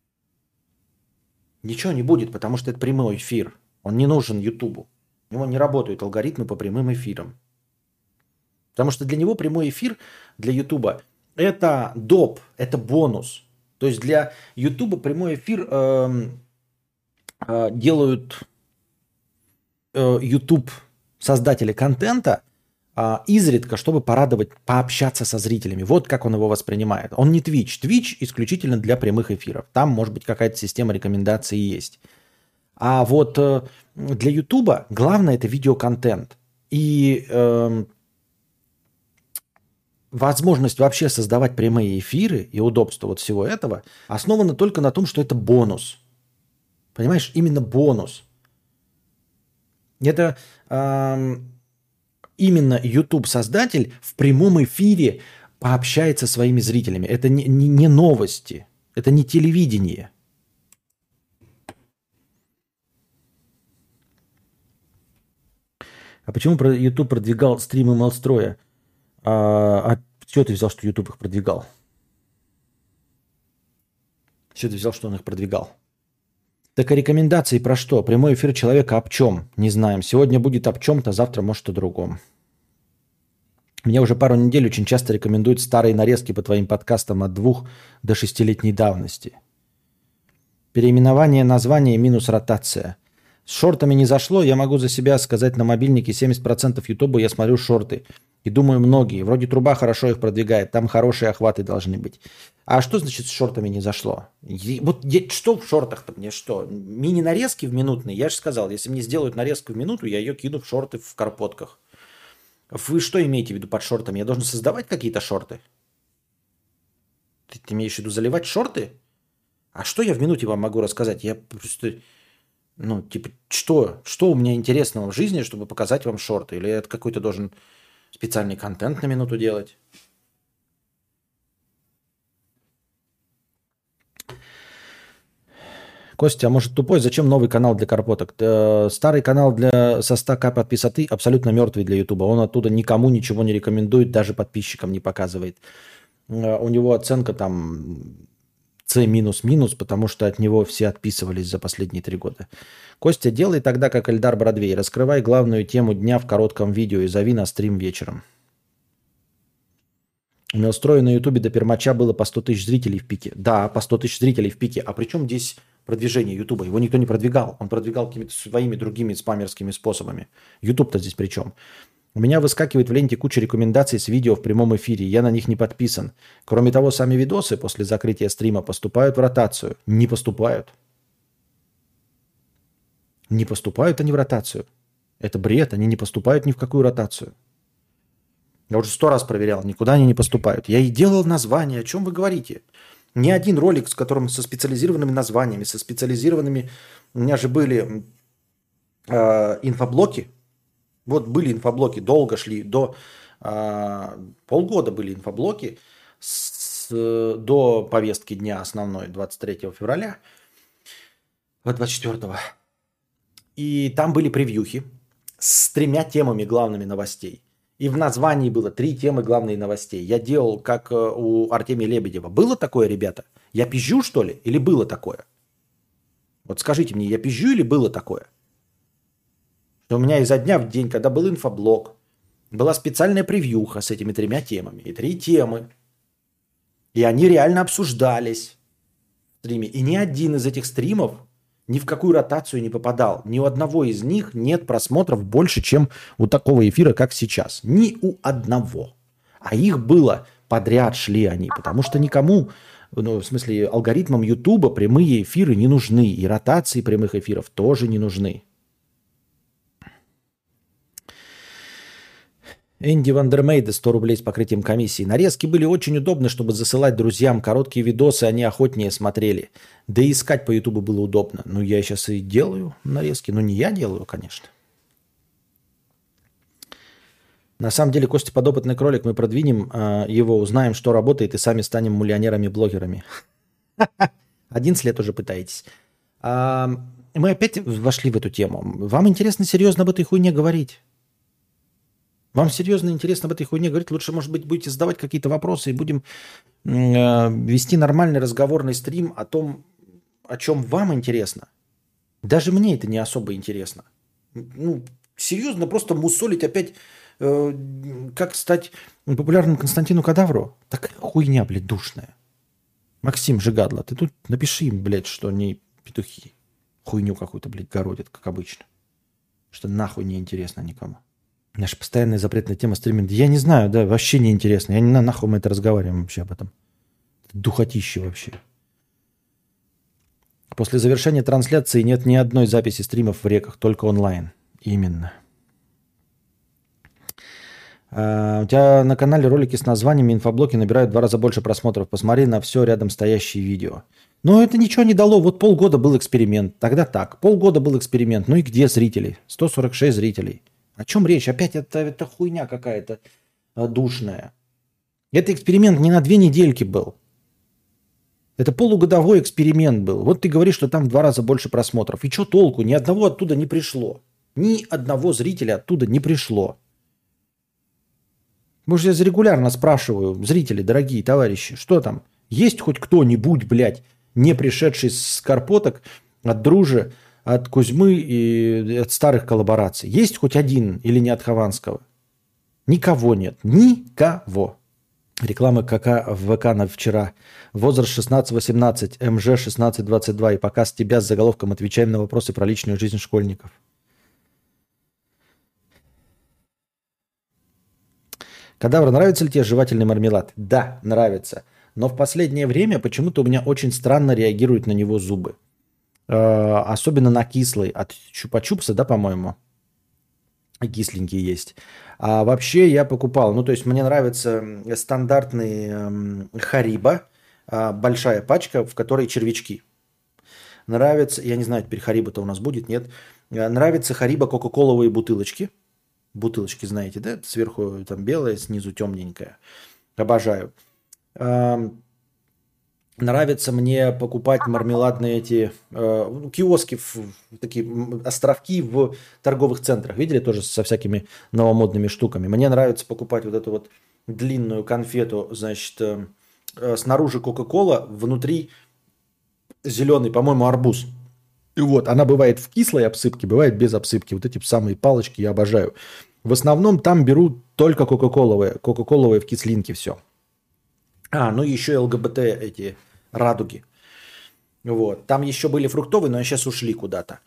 Ничего не будет, потому что это прямой эфир. Он не нужен Ютубу. У него не работают алгоритмы по прямым эфирам. Потому что для него прямой эфир, для Ютуба, это доп, это бонус. То есть для Ютуба прямой эфир делают Ютуб создатели контента изредка, чтобы порадовать, пообщаться со зрителями. Вот как он его воспринимает. Он не Twitch. Twitch исключительно для прямых эфиров. Там, может быть, какая-то система рекомендаций есть. А вот для Ютуба главное это видеоконтент. И возможность вообще создавать прямые эфиры и удобство вот всего этого основано только на том, что это бонус. Понимаешь, именно бонус. Это именно YouTube-создатель в прямом эфире пообщается со своими зрителями. Это не новости, это не телевидение. А почему YouTube продвигал стримы Малстроя? А с чего ты взял, что YouTube их продвигал? С чего ты взял, что он их продвигал? Так а рекомендации про что? Прямой эфир человека об чем? Не знаем. Сегодня будет об чем-то, завтра может о другом. Мне уже пару недель очень часто рекомендуют старые нарезки по твоим подкастам от 2 до 6-летней давности. Переименование названия минус ротация. С шортами не зашло, я могу за себя сказать на мобильнике 70% Ютуба я смотрю шорты. И думаю, многие. Вроде труба хорошо их продвигает, там хорошие охваты должны быть. А что значит с шортами не зашло? Вот что в шортах-то мне что? Мини-нарезки в минутные? Я же сказал, если мне сделают нарезку в минуту, я ее кину в шорты в карпотках. Вы что имеете в виду под шортами? Я должен создавать какие-то шорты? Ты имеешь в виду заливать шорты? А что я в минуте вам могу рассказать? Я просто... Ну, типа, что? Что у меня интересного в жизни, чтобы показать вам шорты? Или это какой-то должен специальный контент на минуту делать? Костя, а может тупой? Зачем новый канал для карпоток? Старый канал со 100к подписоты абсолютно мертвый для Ютуба. Он оттуда никому ничего не рекомендует, даже подписчикам не показывает. У него оценка там C минус-минус, потому что от него все отписывались за последние 3 года. Костя, делай тогда, как Эльдар Бродвей. Раскрывай главную тему дня в коротком видео и зови на стрим вечером. У меня устроено на Ютубе до пермача было по 100 тысяч зрителей в пике. Да, по 100 тысяч зрителей в пике. А при чем здесь продвижение Ютуба? Его никто не продвигал. Он продвигал какими-то своими другими спамерскими способами. Ютуб-то здесь при чем? У меня выскакивает в ленте куча рекомендаций с видео в прямом эфире. Я на них не подписан. Кроме того, сами видосы после закрытия стрима поступают в ротацию. Не поступают. Не поступают они в ротацию. Это бред. Они не поступают ни в какую ротацию. Я уже 100 раз проверял. Никуда они не поступают. Я и делал название. О чем вы говорите? Ни один ролик, с которым со специализированными названиями, со специализированными... У меня же были инфоблоки. Вот были инфоблоки, долго шли, до полгода были инфоблоки до повестки дня основной 23 февраля, 24. И там были превьюхи с 3 темами главными новостей. И в названии было 3 темы главные новостей. Я делал, как у Артемия Лебедева. Было такое, ребята? Я пизжу, что ли? Или было такое? Вот скажите мне, я пизжу или было такое? У меня изо дня в день, когда был инфоблог, была специальная превьюха с этими 3 темами. И 3 темы. И они реально обсуждались в стриме. И ни один из этих стримов ни в какую ротацию не попадал. Ни у одного из них нет просмотров больше, чем у такого эфира, как сейчас. Ни у одного. А их было подряд, шли они. Потому что никому, ну, в смысле, алгоритмам Ютуба прямые эфиры не нужны. И ротации прямых эфиров тоже не нужны. Энди Вандермейда 100 рублей с покрытием комиссии. Нарезки были очень удобны, чтобы засылать друзьям. Короткие видосы они охотнее смотрели. Да и искать по Ютубу было удобно. Ну, я сейчас и делаю нарезки. Но не я делаю, конечно. На самом деле, Костя, подопытный кролик, мы продвинем его, узнаем, что работает, и сами станем миллионерами-блогерами. 11 лет уже пытаетесь. А, мы опять вошли в эту тему. Вам интересно серьезно об этой хуйне говорить? Вам серьезно интересно об этой хуйне говорить? Лучше, может быть, будете задавать какие-то вопросы и будем вести нормальный разговорный стрим о том, о чем вам интересно. Даже мне это не особо интересно. Ну, серьезно, просто мусолить опять, как стать популярным Константину Кадавру? Такая хуйня, блядь, душная. Максим Жигадло, ты тут напиши им, блядь, что они петухи. Хуйню какую-то, блядь, городят, как обычно. Что нахуй не интересно никому. Наша постоянная запретная тема стриминга. Я не знаю, да, вообще не интересно. Я не знаю, нахуй мы это разговариваем вообще об этом. Духотище вообще. После завершения трансляции нет ни одной записи стримов в реках, только онлайн. Именно. У тебя на канале ролики с названиями инфоблоки набирают в 2 раза больше просмотров. Посмотри на все рядом стоящие видео. Но это ничего не дало. Вот полгода был эксперимент. Тогда так. Полгода был эксперимент. Ну и где зрители? 146 зрителей. О чем речь? Опять это хуйня какая-то душная. Это эксперимент не на 2 недельки был. Это полугодовой эксперимент был. Вот ты говоришь, что там в 2 раза больше просмотров. И что толку? Ни одного оттуда не пришло. Ни одного зрителя оттуда не пришло. Может, я регулярно спрашиваю, зрители, дорогие товарищи, что там? Есть хоть кто-нибудь, блядь, не пришедший с Карпоток, от Дружи, от Кузьмы и от старых коллабораций? Есть хоть один или не от Хованского? Никого нет. Никого. Реклама КК в ВК на вчера. Возраст 16-18, МЖ 16-22 и показ тебя с заголовком «Отвечаем на вопросы про личную жизнь школьников». Кадавр, нравится ли тебе жевательный мармелад? Да, нравится. Но в последнее время почему-то у меня очень странно реагируют на него зубы. Особенно на кислый. От чупа-чупса, да, по-моему? Кисленький есть. А вообще я покупал. Ну, то есть мне нравится стандартный Хариба. Большая пачка, в которой червячки. Нравится, я не знаю, теперь Хариба-то у нас будет, нет. Нравится Хариба кока-коловые бутылочки. Бутылочки, знаете, да? Сверху там белая, снизу темненькая. Обожаю. Нравится мне покупать мармеладные эти киоски, такие островки в торговых центрах. Видели тоже со всякими новомодными штуками. Мне нравится покупать вот эту вот длинную конфету, значит, снаружи Кока-Кола, внутри зеленый, по-моему, арбуз. И вот, она бывает в кислой обсыпке, бывает без обсыпки. Вот эти самые палочки я обожаю. В основном там беру только кока-коловые в кислинке все. Ну еще и ЛГБТ эти радуги. Вот. Там еще были фруктовые, но сейчас ушли куда-то.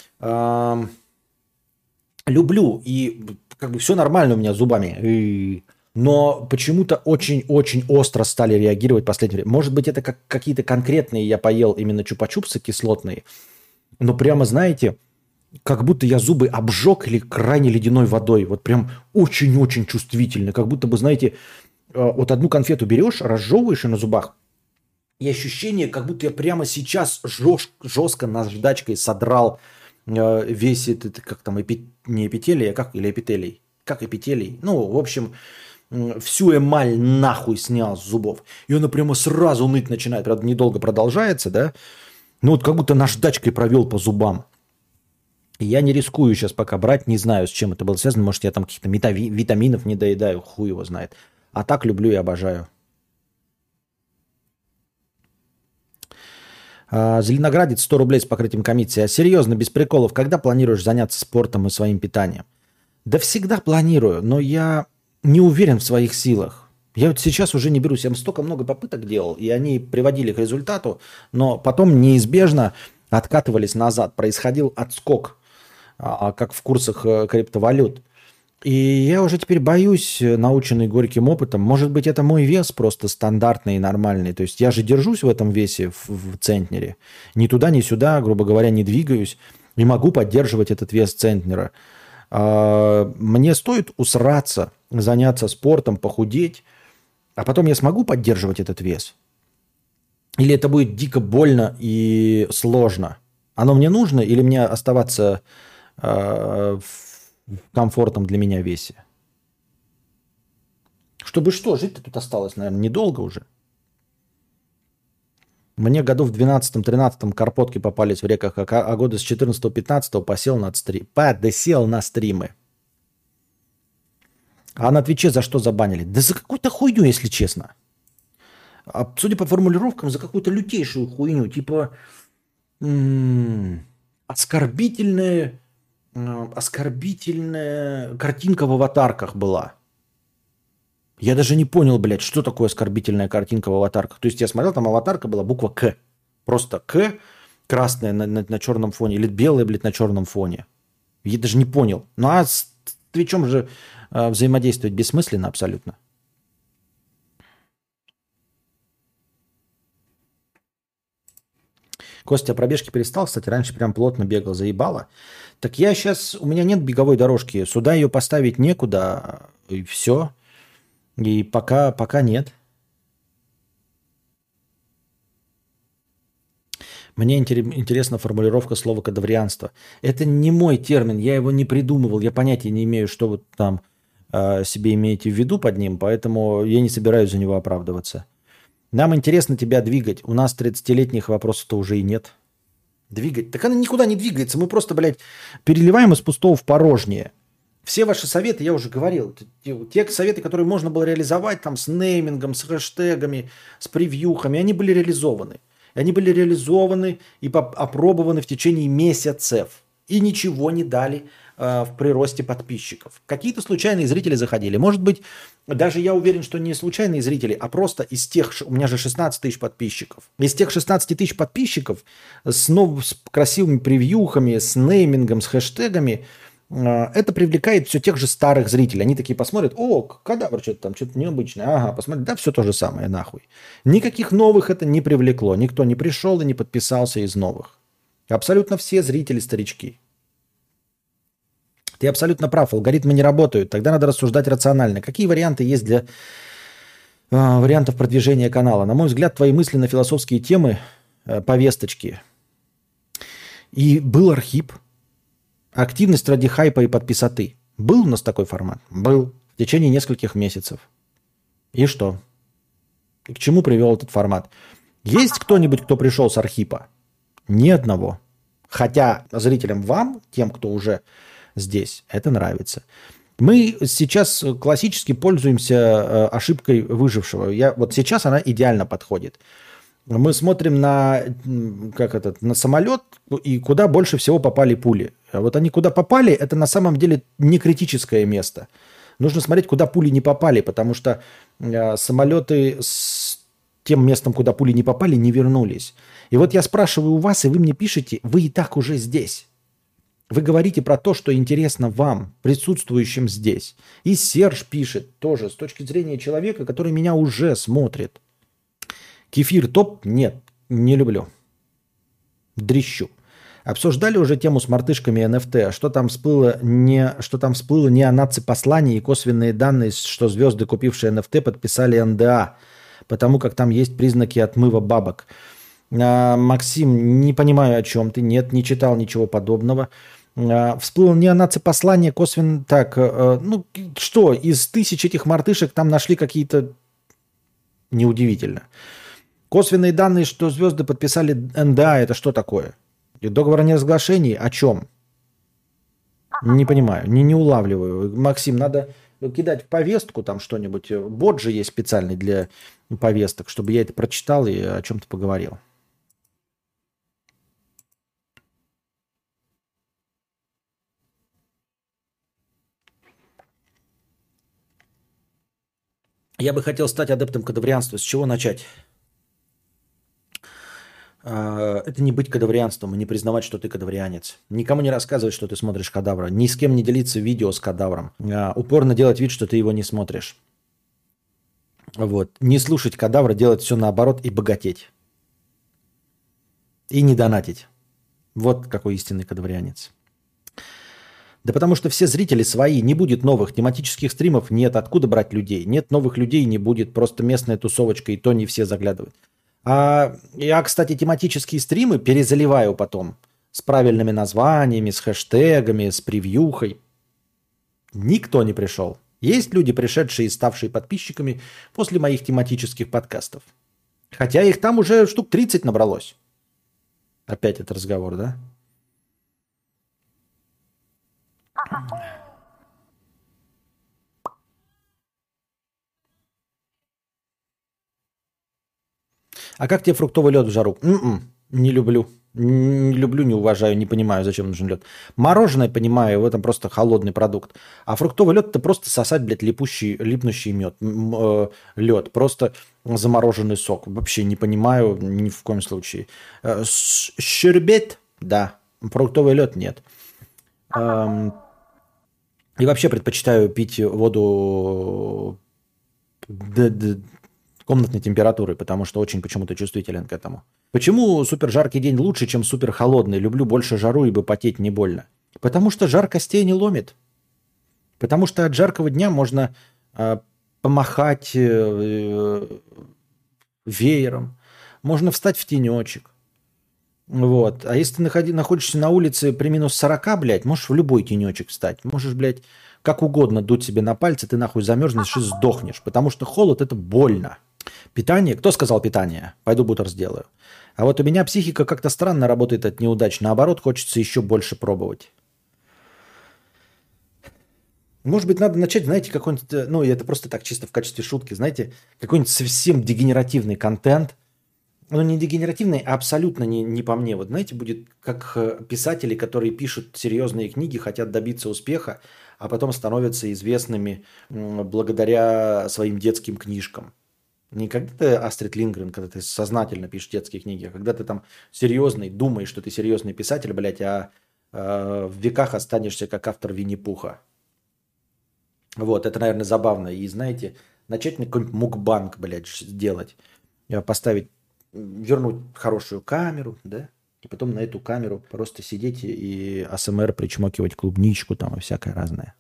Люблю, и как бы все нормально у меня с зубами. Но почему-то очень-очень остро стали реагировать в последнее время. Может быть, это как какие-то конкретные я поел именно чупа-чупсы кислотные. Но прямо, знаете, как будто я зубы обжег или крайне ледяной водой. Вот прям очень-очень чувствительно. Как будто бы, знаете, вот одну конфету берешь, разжевываешь ее на зубах, и ощущение, как будто я прямо сейчас жестко наждачкой содрал весь этот, как там, не эпителий, а как, или эпителий? Как эпителий? Ну, в общем, всю эмаль нахуй снял с зубов. И она прямо сразу ныть начинает. Правда, недолго продолжается, да? Ну, вот как будто наждачкой провел по зубам. И я не рискую сейчас пока брать, не знаю, с чем это было связано. Может, я там каких-то витаминов не доедаю, хуй его знает. А так люблю и обожаю. Зеленоградец 100 рублей с покрытием комиссии. А серьезно, без приколов, когда планируешь заняться спортом и своим питанием? Да всегда планирую, но я не уверен в своих силах. Я вот сейчас уже не берусь. Я столько много попыток делал, и они приводили к результату, но потом неизбежно откатывались назад. Происходил отскок, как в курсах криптовалют. И я уже теперь боюсь, наученный горьким опытом, может быть, это мой вес просто стандартный и нормальный. То есть я же держусь в этом весе в центнере. Ни туда, ни сюда, грубо говоря, не двигаюсь. Не могу поддерживать этот вес центнера. Мне стоит усраться, заняться спортом, похудеть, а потом я смогу поддерживать этот вес? Или это будет дико больно и сложно? Оно мне нужно или мне оставаться в комфортном для меня весе? Чтобы что, жить-то тут осталось, наверное, недолго уже. Мне году в 12-13 карпотки попались в реках, а года с 14-15 подсел на стримы. А на Твиче за что забанили? Да за какую-то хуйню, если честно. А судя по формулировкам, за какую-то лютейшую хуйню. Типа оскорбительная картинка в аватарках была. Я даже не понял, блядь, что такое оскорбительная картинка в аватарках. То есть я смотрел, там аватарка была буква К. Просто К, красная на черном фоне, или белая, блядь, на черном фоне. Я даже не понял. Ну а с Твичом же взаимодействовать бессмысленно абсолютно. Костя, пробежки перестал, кстати, раньше прям плотно бегал, заебало. Так я сейчас, у меня нет беговой дорожки, сюда ее поставить некуда, и все. И пока нет. Мне интересна формулировка слова «кадаврианство». Это не мой термин, я его не придумывал, я понятия не имею, что вы там себе имеете в виду под ним, поэтому я не собираюсь за него оправдываться. Нам интересно тебя двигать. У нас 30-летних вопросов-то уже и нет. Двигать? Так она никуда не двигается. Мы просто, блядь, переливаем из пустого в порожнее. Все ваши советы, я уже говорил, те советы, которые можно было реализовать там с неймингом, с хэштегами, с превьюхами, они были реализованы. Они были реализованы и опробованы в течение месяцев. И ничего не дали в приросте подписчиков. Какие-то случайные зрители заходили. Может быть, даже я уверен, что не случайные зрители, а просто из тех, у меня же 16 тысяч подписчиков. Из тех 16 тысяч подписчиков с красивыми превьюхами, с неймингом, с хэштегами, это привлекает все тех же старых зрителей. Они такие посмотрят, о, кадавр, что-то там, что-то необычное. Ага, посмотрят, да, все то же самое, нахуй. Никаких новых это не привлекло. Никто не пришел и не подписался из новых. Абсолютно все зрители старички. Ты абсолютно прав, алгоритмы не работают. Тогда надо рассуждать рационально. Какие варианты есть для вариантов продвижения канала? На мой взгляд, твои мысли на философские темы, повесточки. И был Архип. Активность ради хайпа и подписоты. Был у нас такой формат? Был. В течение нескольких месяцев. И что? И к чему привел этот формат? Есть кто-нибудь, кто пришел с Архипа? Ни одного. Хотя зрителям вам, тем, кто уже здесь, это нравится. Мы сейчас классически пользуемся ошибкой выжившего. Вот сейчас она идеально подходит. Мы смотрим на самолет, и куда больше всего попали пули. А вот они куда попали, это на самом деле не критическое место. Нужно смотреть, куда пули не попали, потому что самолеты с тем местом, куда пули не попали, не вернулись. И вот я спрашиваю у вас, и вы мне пишете, вы и так уже здесь. Вы говорите про то, что интересно вам, присутствующим здесь. И Серж пишет тоже с точки зрения человека, который меня уже смотрит. Кефир топ? Нет, не люблю. Дрищу. Обсуждали уже тему с мартышками NFT. Что там всплыло не о наци-послании и косвенные данные, что звезды, купившие NFT, подписали НДА, потому как там есть признаки отмыва бабок. Максим, не понимаю, о чем ты. Нет, не читал ничего подобного. Всплыло не о наци-послании, косвенно... Так, что, из 1000 этих мартышек там нашли какие-то... Неудивительно. Косвенные данные, что звезды подписали НДА, это что такое? Договор о неразглашении? О чем? Не понимаю, не улавливаю. Максим, надо кидать в повестку там что-нибудь. Бот же есть специальный для повесток, чтобы я это прочитал и о чем-то поговорил. Я бы хотел стать адептом кадаврианства. С чего начать? Это не быть кадаврианством и не признавать, что ты кадаврианец. Никому не рассказывать, что ты смотришь кадавра. Ни с кем не делиться видео с кадавром. Упорно делать вид, что ты его не смотришь. Вот. Не слушать кадавра, делать все наоборот и богатеть. И не донатить. Вот какой истинный кадаврианец. Да потому что все зрители свои, не будет новых тематических стримов, нет, откуда брать людей? Нет новых людей, не будет, просто местная тусовочка, и то не все заглядывают. А я, кстати, тематические стримы перезаливаю потом с правильными названиями, с хэштегами, с превьюхой. Никто не пришел. Есть люди, пришедшие и ставшие подписчиками после моих тематических подкастов. Хотя их там уже штук 30 набралось. Опять этот разговор, да? А как тебе фруктовый лед в жару? Не люблю. Не люблю, не уважаю, не понимаю, зачем нужен лед. Мороженое, понимаю, в этом просто холодный продукт. А фруктовый лед это просто сосать, блядь, липнущий мед, лед. Просто замороженный сок. Вообще не понимаю ни в коем случае. Щербет, да. Фруктовый лед нет. Эм, И вообще предпочитаю пить воду комнатной температуры, потому что очень почему-то чувствителен к этому. Почему супер жаркий день лучше, чем супер холодный? Люблю больше жару, ибо потеть не больно. Потому что жар костей не ломит. Потому что от жаркого дня можно помахать веером, можно встать в тенечек. Вот. А если ты находишься на улице при минус 40, блядь, можешь в любой тенечек встать. Можешь, блядь, как угодно дуть себе на пальцы, ты нахуй замерзнешь и сдохнешь. Потому что холод – это больно. Питание? Кто сказал питание? Пойду бутер сделаю. А вот у меня психика как-то странно работает от неудач. Наоборот, хочется еще больше пробовать. Может быть, надо начать, знаете, какой-нибудь, ну, это просто так, чисто в качестве шутки, знаете, какой-нибудь совсем дегенеративный контент. Ну, не дегенеративный, а абсолютно не по мне. Вот, знаете, будет как писатели, которые пишут серьезные книги, хотят добиться успеха, а потом становятся известными благодаря своим детским книжкам. Не когда ты Астрид Лингрен, когда ты сознательно пишешь детские книги, а когда ты там серьезный, думаешь, что ты серьезный писатель, блядь, а в веках останешься как автор Винни-Пуха. Вот, это, наверное, забавно. И, знаете, начать мне какой-нибудь мукбанк, блядь, сделать. Поставить, вернуть хорошую камеру, да, и потом на эту камеру просто сидеть и АСМР причмокивать клубничку там и всякое разное.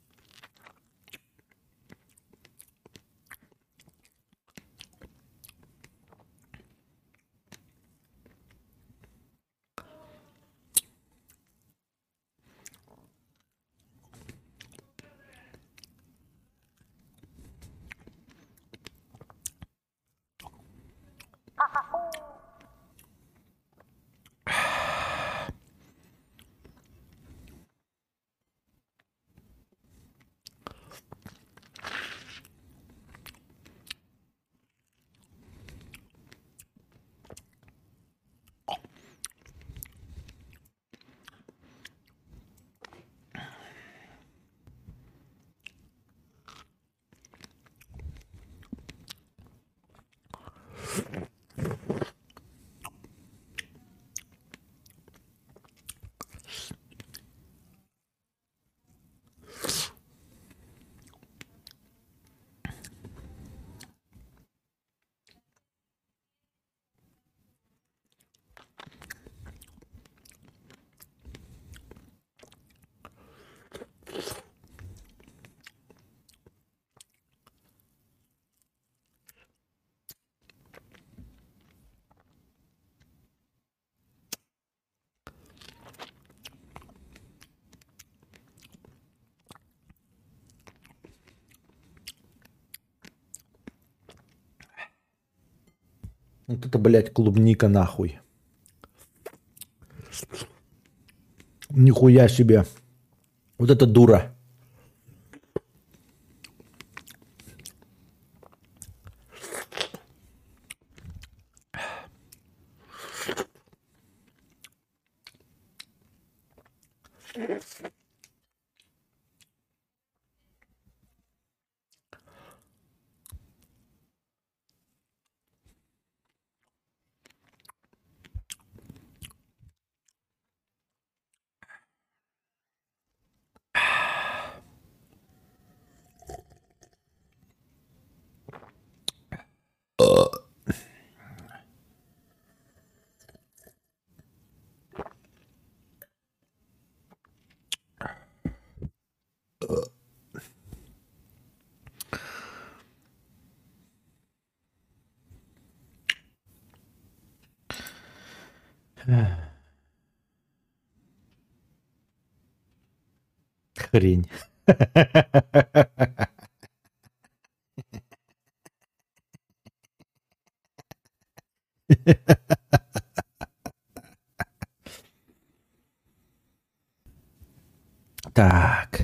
Вот это, блядь, клубника нахуй. Нихуя себе. Вот это дура. Хрень. Так.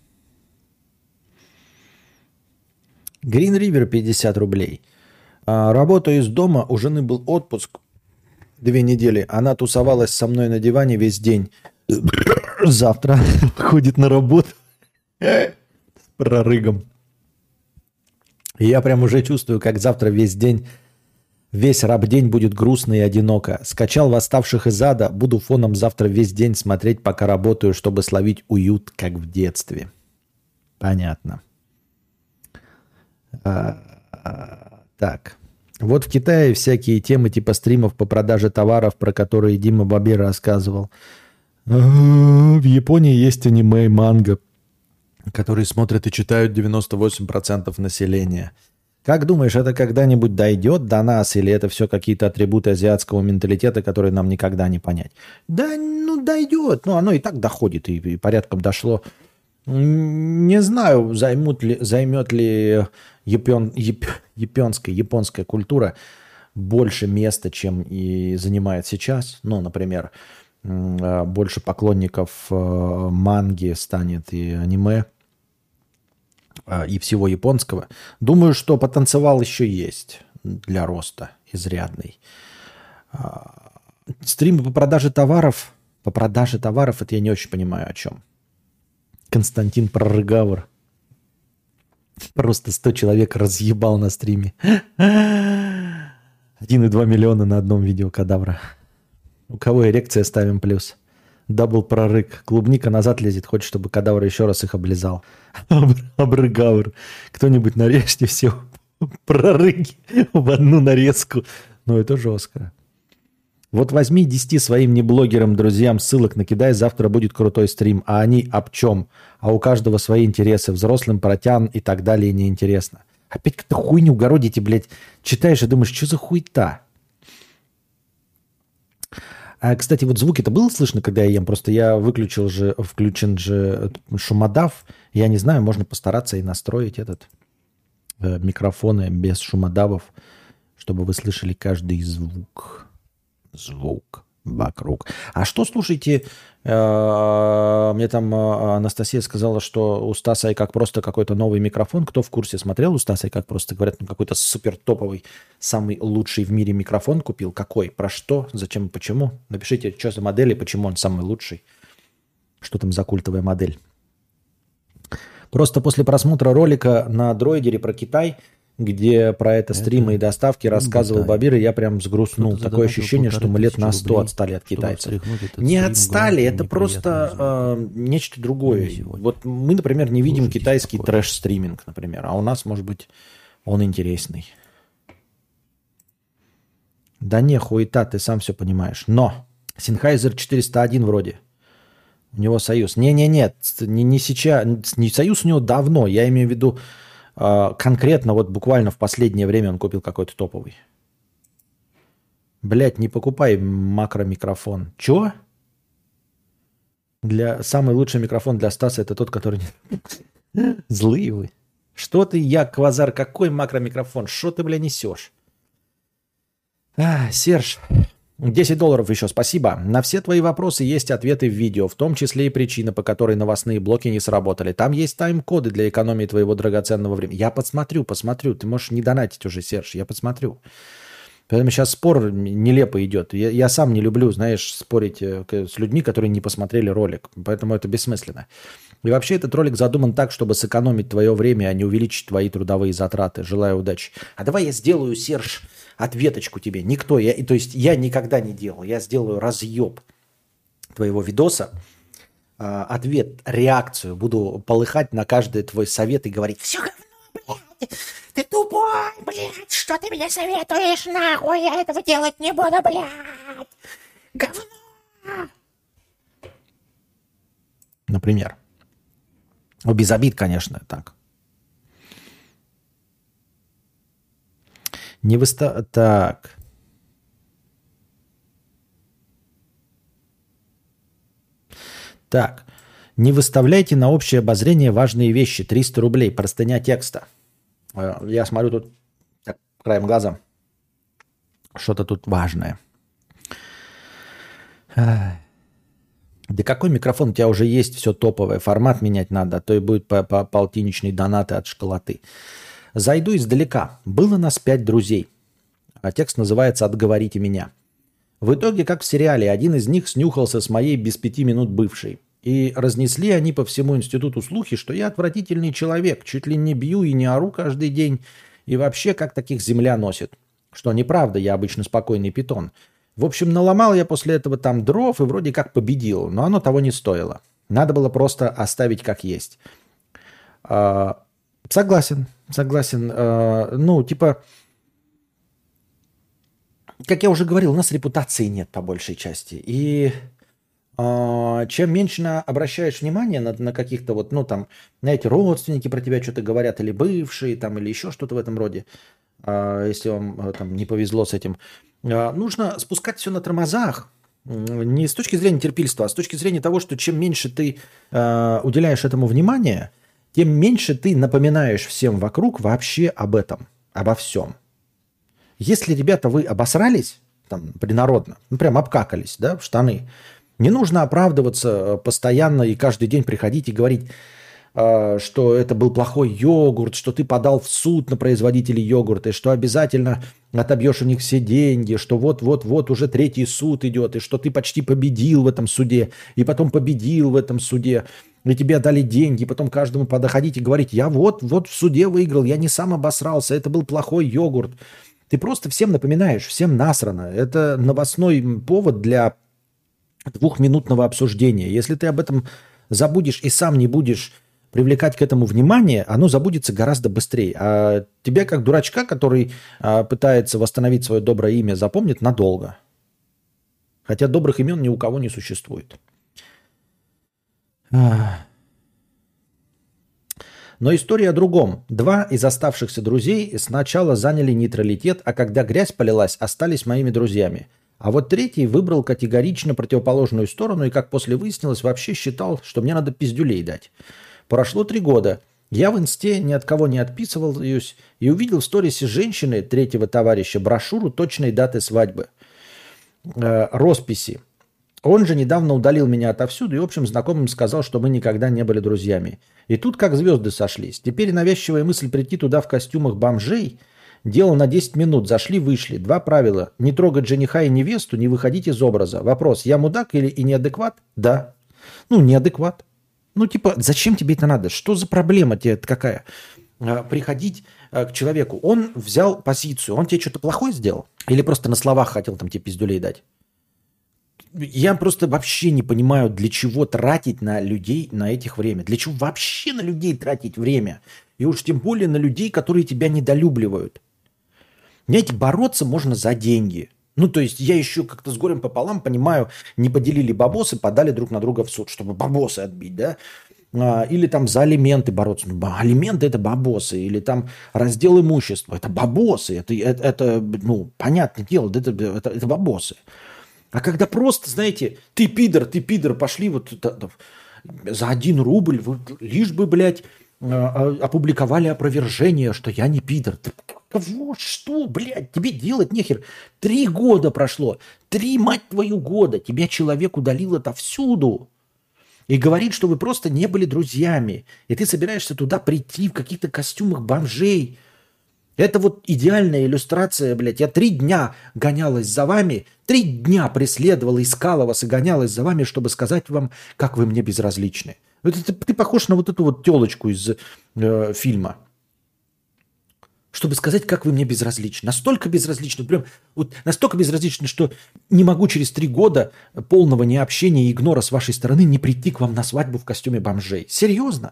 Green River 50 рублей. Работаю из дома, у жены был отпуск 2 недели. Она тусовалась со мной на диване весь день. Завтра ходит на работу с прорыгом. И я прям уже чувствую, как завтра весь день, весь рабдень будет грустно и одиноко. Скачал «Восставших из ада», буду фоном завтра весь день смотреть, пока работаю, чтобы словить уют, как в детстве. Понятно. Так. Вот в Китае всякие темы типа стримов по продаже товаров, про которые Дима Бабир рассказывал. В Японии есть аниме и манга, которые смотрят и читают 98% населения. Как думаешь, это когда-нибудь дойдет до нас, или это все какие-то атрибуты азиатского менталитета, которые нам никогда не понять? Да, ну дойдет. Ну, оно и так доходит, и порядком дошло. Не знаю, займет ли японская культура больше места, чем и занимает сейчас. Ну, например, больше поклонников манги станет и аниме, и всего японского. Думаю, что потенциал еще есть для роста изрядный. Стримы по продаже товаров. По продаже товаров, это я не очень понимаю, о чем. Константин Прорыгавр. Просто 100 человек разъебал на стриме. 1,2 миллиона на одном видео кадавра. У кого эрекция, ставим плюс. Дабл прорык. Клубника назад лезет, хочет, чтобы кадавр еще раз их облизал. Обрыгавр. Кто-нибудь нарежьте все прорыги в одну нарезку. Ну, это жестко. Вот возьми 10 своим неблогерам, друзьям ссылок накидай, завтра будет крутой стрим. А они об чем? А у каждого свои интересы. Взрослым протян и так далее неинтересно. Опять как-то хуйню городите, блядь. Читаешь и думаешь, что за хуйта? А, кстати, вот звуки-то было слышно, когда я ем? Просто я включен же шумодав. Я не знаю, можно постараться и настроить этот микрофоны без шумодавов, чтобы вы слышали каждый звук вокруг. А что, слушайте, мне там Анастасия сказала, что у Стаса и как просто какой-то новый микрофон. Кто в курсе смотрел у Стаса и как просто? Говорят, ну какой-то супер топовый, самый лучший в мире микрофон купил. Какой? Про что? Зачем? Почему? Напишите, что за модель и почему он самый лучший. Что там за культовая модель? Просто после просмотра ролика на дроидере про Китай, где про это стримы и доставки рассказывал Бабир, и я прям сгрустнул. Такое ощущение, что мы лет на 100 отстали от китайцев. Не отстали, это просто нечто другое. Вот мы, например, не видим китайский трэш-стриминг, например, а у нас, может быть, он интересный. Да не, хуета, ты сам все понимаешь. Но Sennheiser 401 вроде. У него союз. Не-не-нет, не сейчас. Не союз у него давно. Я имею в виду конкретно вот буквально в последнее время он купил какой-то топовый. Блять, не покупай макромикрофон. Чё? Самый лучший микрофон для Стаса это тот, который... Злые вы. Что ты, Квазар, какой макромикрофон? Что ты, бля, несешь? Серж, $10 еще, спасибо. На все твои вопросы есть ответы в видео, в том числе и причина, по которой новостные блоки не сработали. Там есть тайм-коды для экономии твоего драгоценного времени. Я посмотрю. Ты можешь не донатить уже, Серж, я посмотрю. Поэтому сейчас спор нелепо идет. Я сам не люблю, знаешь, спорить с людьми, которые не посмотрели ролик. Поэтому это бессмысленно. И вообще этот ролик задуман так, чтобы сэкономить твое время, а не увеличить твои трудовые затраты. Желаю удачи. А давай я сделаю, Серж, ответочку тебе. То есть я никогда не делал. Я сделаю разъеб твоего видоса. Ответ, реакцию. Буду полыхать на каждый твой совет и говорить: все говно, блядь. Ты тупой, блядь. Что ты мне советуешь, нахуй? Я этого делать не буду, блядь. Говно. Например. Без обид, конечно, так. Так. Так. Не выставляйте на общее обозрение важные вещи. 300 рублей. Простыня текста. Я смотрю тут так, краем глаза. Что-то тут важное. Да какой микрофон? У тебя уже есть все топовое. Формат менять надо, а то и будет по полтинничной донаты от школоты. Зайду издалека. Было нас 5 друзей. А текст называется «Отговорите меня». В итоге, как в сериале, один из них снюхался с моей без 5 минут бывшей. И разнесли они по всему институту слухи, что я отвратительный человек, чуть ли не бью и не ору каждый день. И вообще, как таких земля носит. Что неправда, я обычно спокойный питон. В общем, наломал я после этого там дров и вроде как победил, но оно того не стоило. Надо было просто оставить как есть. Согласен. Ну, типа, как я уже говорил, у нас репутации нет по большей части. И чем меньше обращаешь внимание на каких-то вот, ну, там, знаете, родственники про тебя что-то говорят, или бывшие, там, или еще что-то в этом роде, если вам там не повезло с этим, нужно спускать все на тормозах. Не с точки зрения терпильства, а с точки зрения того, что чем меньше ты уделяешь этому внимания, тем меньше ты напоминаешь всем вокруг вообще об этом, обо всем. Если, ребята, вы обосрались, там, принародно, ну, прям обкакались, да, в штаны, не нужно оправдываться постоянно и каждый день приходить и говорить, что это был плохой йогурт, что ты подал в суд на производителей йогурта, и что обязательно отобьешь у них все деньги, что вот-вот-вот уже 3-й суд идет, и что ты почти победил в этом суде, и потом победил в этом суде, и тебе дали деньги, и потом каждому подходить и говорить, я вот в суде выиграл, я не сам обосрался, это был плохой йогурт. Ты просто всем напоминаешь, всем насрано. Это новостной повод для 2-минутного обсуждения. Если ты об этом забудешь и сам не будешь привлекать к этому внимание, оно забудется гораздо быстрее. А тебя, как дурачка, который пытается восстановить свое доброе имя, запомнит надолго. Хотя добрых имен ни у кого не существует. Но история о другом. 2 из оставшихся друзей сначала заняли нейтралитет, а когда грязь полилась, остались моими друзьями. А вот 3-й выбрал категорично противоположную сторону и, как после выяснилось, вообще считал, что мне надо пиздюлей дать. Прошло 3 года. Я в инсте ни от кого не отписываюсь и увидел в сторисе женщины 3-го товарища брошюру точной даты свадьбы. Росписи. Он же недавно удалил меня отовсюду и общим знакомым сказал, что мы никогда не были друзьями. И тут как звезды сошлись. Теперь навязчивая мысль прийти туда в костюмах бомжей. Дело на 10 минут. Зашли-вышли. 2 правила. Не трогать жениха и невесту, не выходить из образа. Вопрос, я мудак или и неадекват? Да. Ну, неадекват. Ну, типа, зачем тебе это надо? Что за проблема тебе какая? Приходить к человеку. Он взял позицию. Он тебе что-то плохое сделал? Или просто на словах хотел там тебе пиздюлей дать? Я просто вообще не понимаю, для чего тратить на людей на этих время. Для чего вообще на людей тратить время? И уж тем более на людей, которые тебя недолюбливают. Знаете, бороться можно за деньги. Ну, то есть я еще как-то с горем пополам понимаю, не поделили бабосы, подали друг на друга в суд, чтобы бабосы отбить, да? Или там за алименты бороться. Ну, алименты – это бабосы. Или там раздел имущества – это бабосы. Это ну, понятное дело, это бабосы. А когда просто, знаете, ты пидор, пошли вот за 1 рубль, вот, лишь бы, блядь, опубликовали опровержение, что я не пидор. Кого? Что, блядь, тебе делать нехер? 3 года прошло. 3, мать твою, года. Тебя человек удалил отовсюду. И говорит, что вы просто не были друзьями. И ты собираешься туда прийти в каких-то костюмах бомжей. Это вот идеальная иллюстрация, блядь. Я 3 дня гонялась за вами, 3 дня преследовала, искала вас и гонялась за вами, чтобы сказать вам, как вы мне безразличны. Ты похож на вот эту вот телочку из фильма. Чтобы сказать, как вы мне безразличны. Настолько безразличны, прям вот настолько безразличны, что не могу через 3 года полного необщения и игнора с вашей стороны не прийти к вам на свадьбу в костюме бомжей. Серьезно?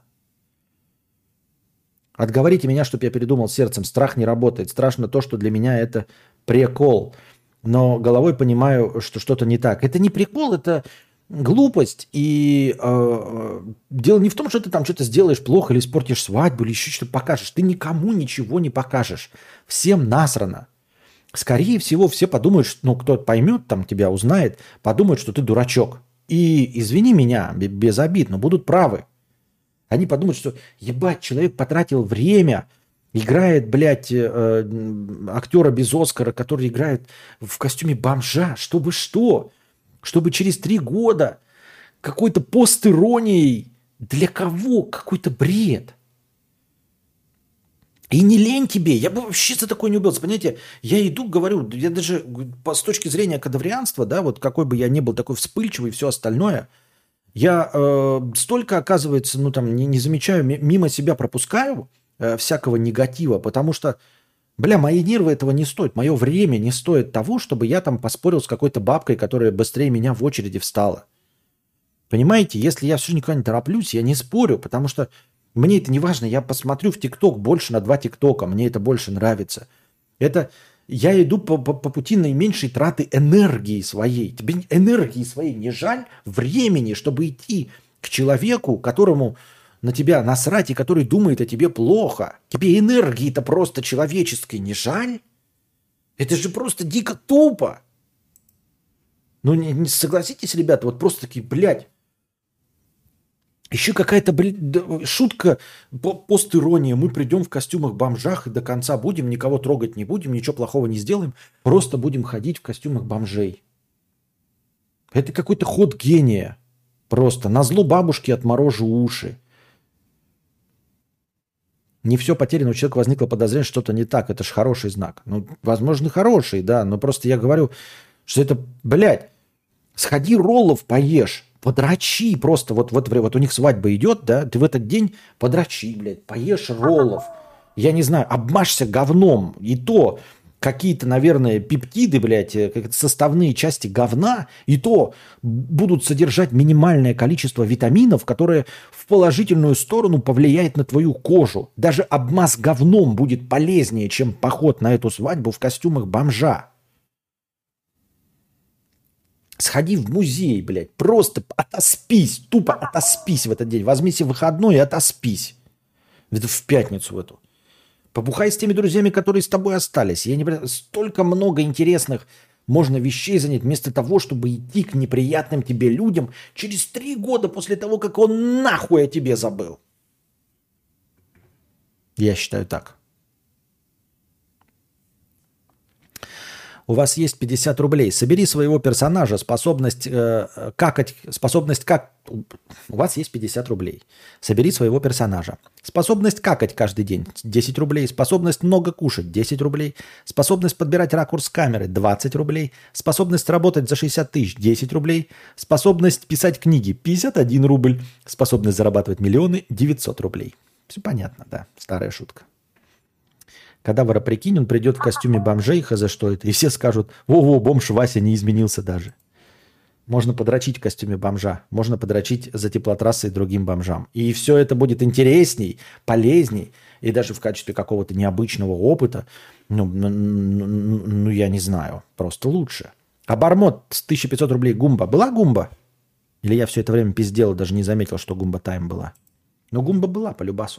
Отговорите меня, чтобы я передумал сердцем. Страх не работает. Страшно то, что для меня это прикол. Но головой понимаю, что что-то не так. Это не прикол, это глупость. И дело не в том, что ты там что-то сделаешь плохо или испортишь свадьбу, или еще что-то покажешь. Ты никому ничего не покажешь. Всем насрано. Скорее всего, все подумают, что, ну, кто поймет, там тебя узнает, подумают, что ты дурачок. И извини меня, без обид, но будут правы. Они подумают, что, ебать, человек потратил время, Играет, блядь, актера без Оскара, который играет в костюме бомжа. Чтобы что? Чтобы через 3 года какой-то постиронией. Для кого? Какой-то бред. И не лень тебе. Я бы вообще за такое не убился. Понимаете, я иду, говорю, я даже с точки зрения кадаврианства, да, вот какой бы я ни был такой вспыльчивый и все остальное, я столько, оказывается, ну там не замечаю, мимо себя пропускаю всякого негатива, потому что, бля, мои нервы этого не стоят, мое время не стоит того, чтобы я там поспорил с какой-то бабкой, которая быстрее меня в очереди встала. Понимаете, если я все никуда не тороплюсь, я не спорю, потому что мне это не важно. Я посмотрю в ТикТок больше на 2 ТикТока, мне это больше нравится. Это я иду по пути наименьшей траты энергии своей. Тебе энергии своей не жаль времени, чтобы идти к человеку, которому на тебя насрать и который думает о тебе плохо. Тебе энергии-то просто человеческой не жаль? Это же просто дико тупо. Ну, не согласитесь, ребята, вот просто такие, блядь, еще какая-то шутка, постирония. Мы придем в костюмах бомжах и до конца будем, никого трогать не будем, ничего плохого не сделаем. Просто будем ходить в костюмах бомжей. Это какой-то ход гения. Просто назло бабушке отморожу уши. Не все потеряно, у человека возникло подозрение, что что-то не так. Это же хороший знак. Ну, возможно, хороший, да, но просто я говорю, что это, блядь, сходи роллов поешь. Подрачи просто. Вот у них свадьба идет, да, ты в этот день подрачи, блядь, поешь роллов. Я не знаю, обмажься говном. И то какие-то, наверное, пептиды, блядь, составные части говна, и то будут содержать минимальное количество витаминов, которые в положительную сторону повлияет на твою кожу. Даже обмаз говном будет полезнее, чем поход на эту свадьбу в костюмах бомжа. Сходи в музей, блядь, просто отоспись, тупо отоспись в этот день. Возьми себе выходной и отоспись. В пятницу в эту. Побухай с теми друзьями, которые с тобой остались. Я не понимаю, столько много интересных можно вещей занять, вместо того, чтобы идти к неприятным тебе людям через 3 года после того, как он нахуй о тебе забыл. Я считаю так. У вас есть 50 рублей. Собери своего персонажа, способность какать, способность как... У вас есть 50 рублей. Собери своего персонажа. Способность какать каждый день 10 рублей. Способность много кушать 10 рублей. Способность подбирать ракурс камеры 20 рублей. Способность работать за 60 тысяч 10 рублей. Способность писать книги 51 рубль. Способность зарабатывать миллионы 900 рублей. Все понятно, да. Старая шутка. Кадавра, прикинь, он придет в костюме бомжей, за что это, и все скажут, во-во, бомж Вася не изменился даже. Можно подрочить в костюме бомжа, можно подрочить за теплотрассой другим бомжам. И все это будет интересней, полезней, и даже в качестве какого-то необычного опыта, ну я не знаю, просто лучше. А Бармот с 1500 рублей Гумба. Была Гумба? Или я все это время пиздел и даже не заметил, что Гумба Тайм была? Но Гумба была, по любасу.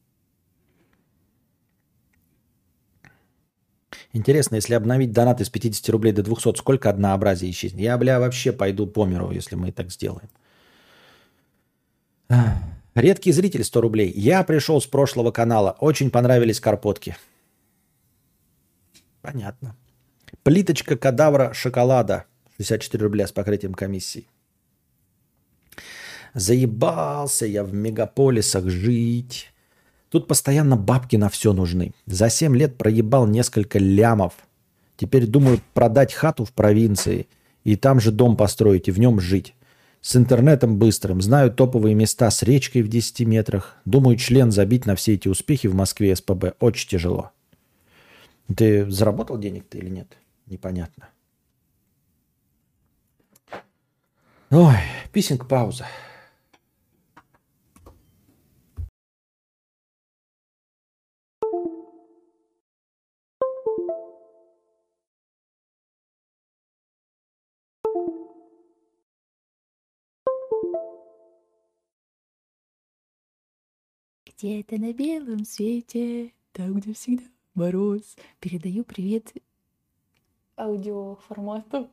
Интересно, если обновить донаты с 50 рублей до 200, сколько однообразия исчезнет? Я, бля, вообще пойду по миру, если мы так сделаем. Редкий зритель 100 рублей. Я пришел с прошлого канала. Очень понравились карпотки. Понятно. Плиточка кадавра шоколада. 64 рубля с покрытием комиссии. Заебался я в мегаполисах жить. Тут постоянно бабки на все нужны. За 7 лет проебал несколько лямов. Теперь думаю продать хату в провинции и там же дом построить и в нем жить. С интернетом быстрым. Знаю топовые места с речкой в 10 метрах. Думаю, член забить на все эти успехи в Москве СПБ. Очень тяжело. Ты заработал денег-то или нет? Непонятно. Ой, писинг-пауза. Где-то на белом свете, там, где всегда мороз, передаю привет аудиоформату.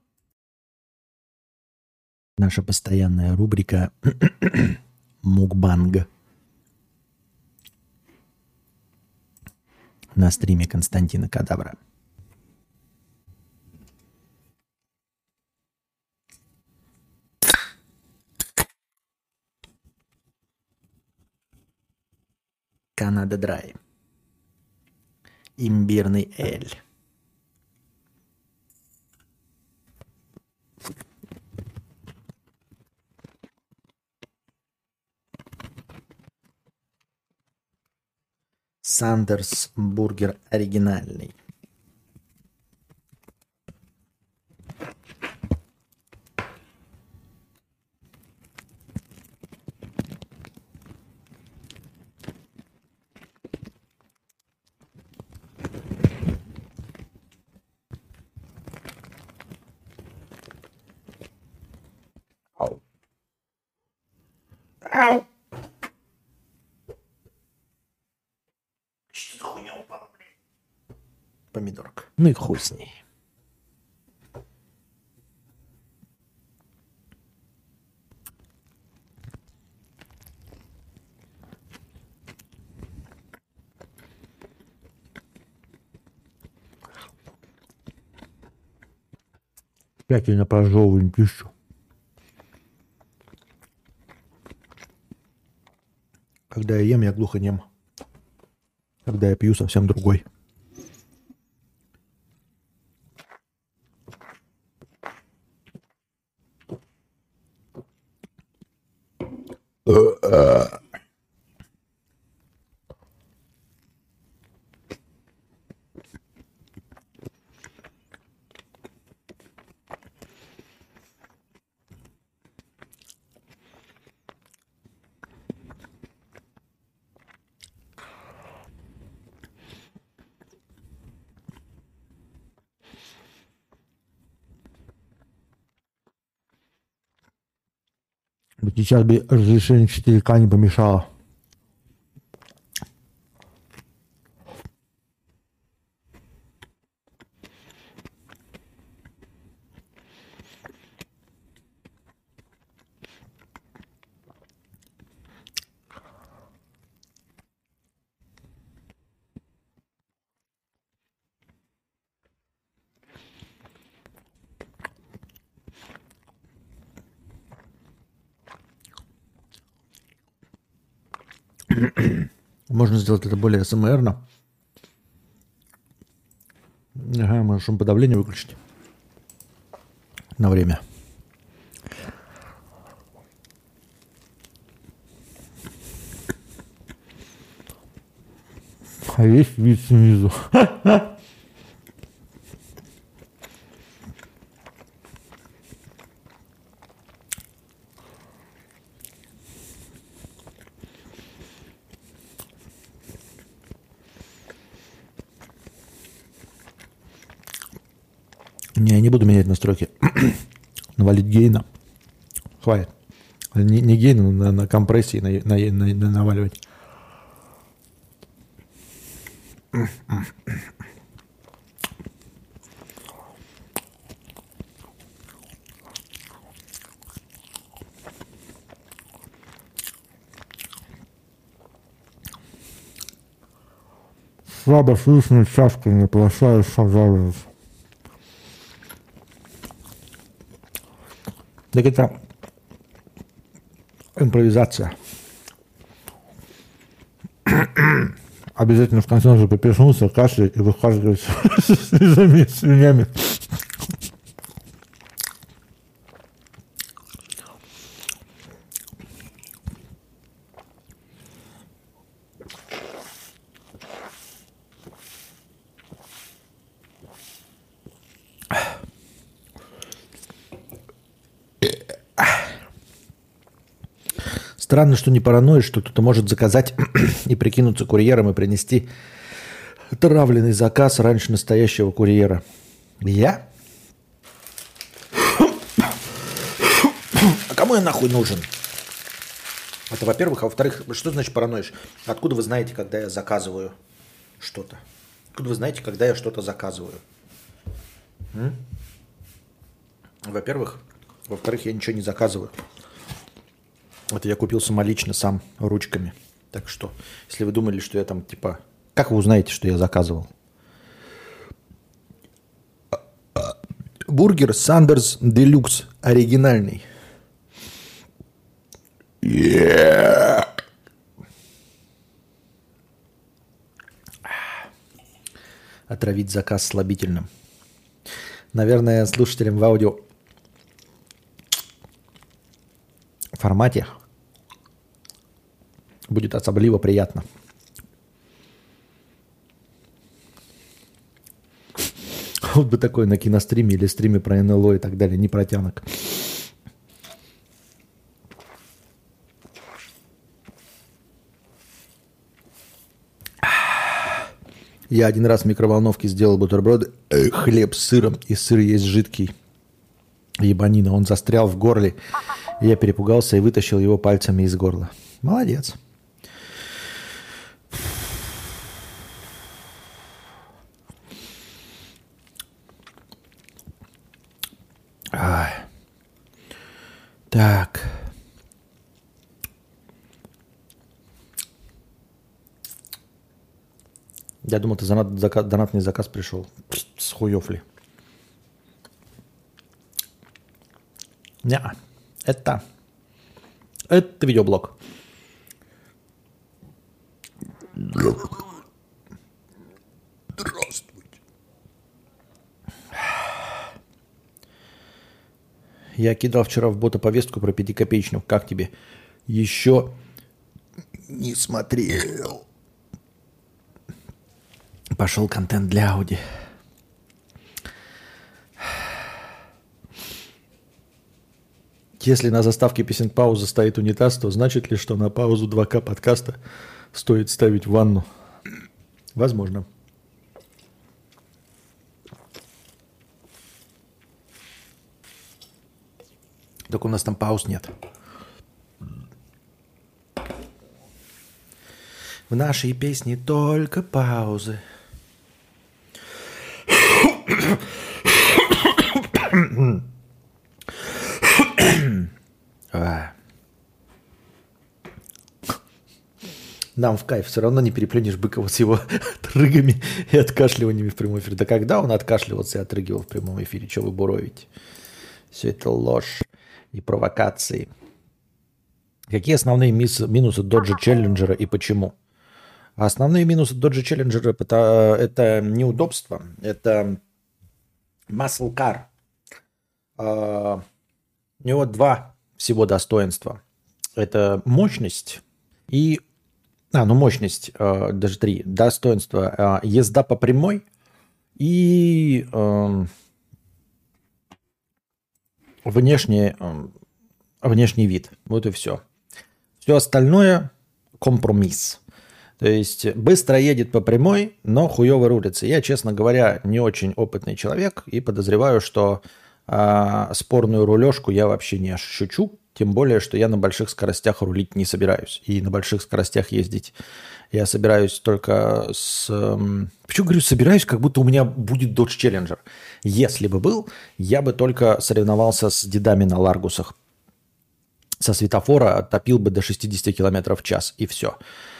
Наша постоянная рубрика «Мукбанг». на стриме Константина Кадавра. Канада Драй. Имбирный эль. Сандерс бургер оригинальный. Ау. Ау. Что за хуйня упала, блядь? Помидорка. Ну и хуй с ней. Опять я напрожевываю пищу. Когда я ем, я глухонем. Когда я пью, совсем другой. Сейчас бы разрешение 4К не помешало. Можно сделать это более СМРно. Ага, можно шумоподавление выключить на время. А есть вид снизу. Не, я не буду менять настройки. Навалить гейна. Хватит. Не гейна, на компрессии наваливать. Слабо слышно, чашка не плохая, пожалуйста. Так это импровизация. Обязательно в конце нужно поперхнуться, кашлять и выхаживать слюнями. Странно, что не параноишь, что кто-то может заказать и прикинуться курьером и принести отравленный заказ раньше настоящего курьера. Я? А кому я нахуй нужен? Это во-первых. А во-вторых, что значит параноишь? Откуда вы знаете, когда я заказываю что-то? Откуда вы знаете, когда я что-то заказываю? Во-первых. Во-вторых, я ничего не заказываю. Это я купил самолично, сам, ручками. Так что, если вы думали, что я там, типа, Как вы узнаете, что я заказывал? Бургер Сандерс Делюкс. Оригинальный. Отравить заказ слабительным. Наверное, слушателям в аудио формате будет особливо приятно. Вот бы такой на киностриме или стриме про НЛО и так далее, не протянок. Я один раз в микроволновке сделал бутерброды, хлеб с сыром, и сыр есть жидкий. Ебанина, он застрял в горле. Я перепугался и вытащил его пальцами из горла. Молодец. Так. Я думал, ты донатный заказ пришел. С хуев ли? Неа. Это видеоблог. Здравствуйте. Я кидал вчера в бота повестку про 5-копеечную. Как тебе? Еще не смотрел. Пошел контент для Ауди. Если на заставке песен паузы стоит унитаз, то значит ли, что на паузу 2К подкаста стоит ставить ванну? Возможно. Только у нас там пауз нет. В нашей песне только паузы. Нам в кайф. Все равно не переплюнешь Быкова с его отрыгами и откашливаниями в прямом эфире. Да когда он откашливался и отрыгивал в прямом эфире? Что вы буровите? Все это ложь и провокации. Какие основные минусы Dodge Challenger и почему? Основные минусы Dodge Challenger это неудобство, это muscle car. У него два всего достоинства. Это мощность и... мощность, даже три. Достоинства. Езда по прямой и внешний вид. Вот и все. Все остальное компромисс. То есть быстро едет по прямой, но хуево рулится. Я, честно говоря, не очень опытный человек и подозреваю, что спорную рулежку я вообще не ощущу. Тем более, что я на больших скоростях рулить не собираюсь. И на больших скоростях ездить я собираюсь только с... Почему говорю собираюсь, как будто у меня будет Dodge Challenger. Если бы был, я бы только соревновался с дедами на Ларгусах. Со светофора топил бы до 60 км в час, и все.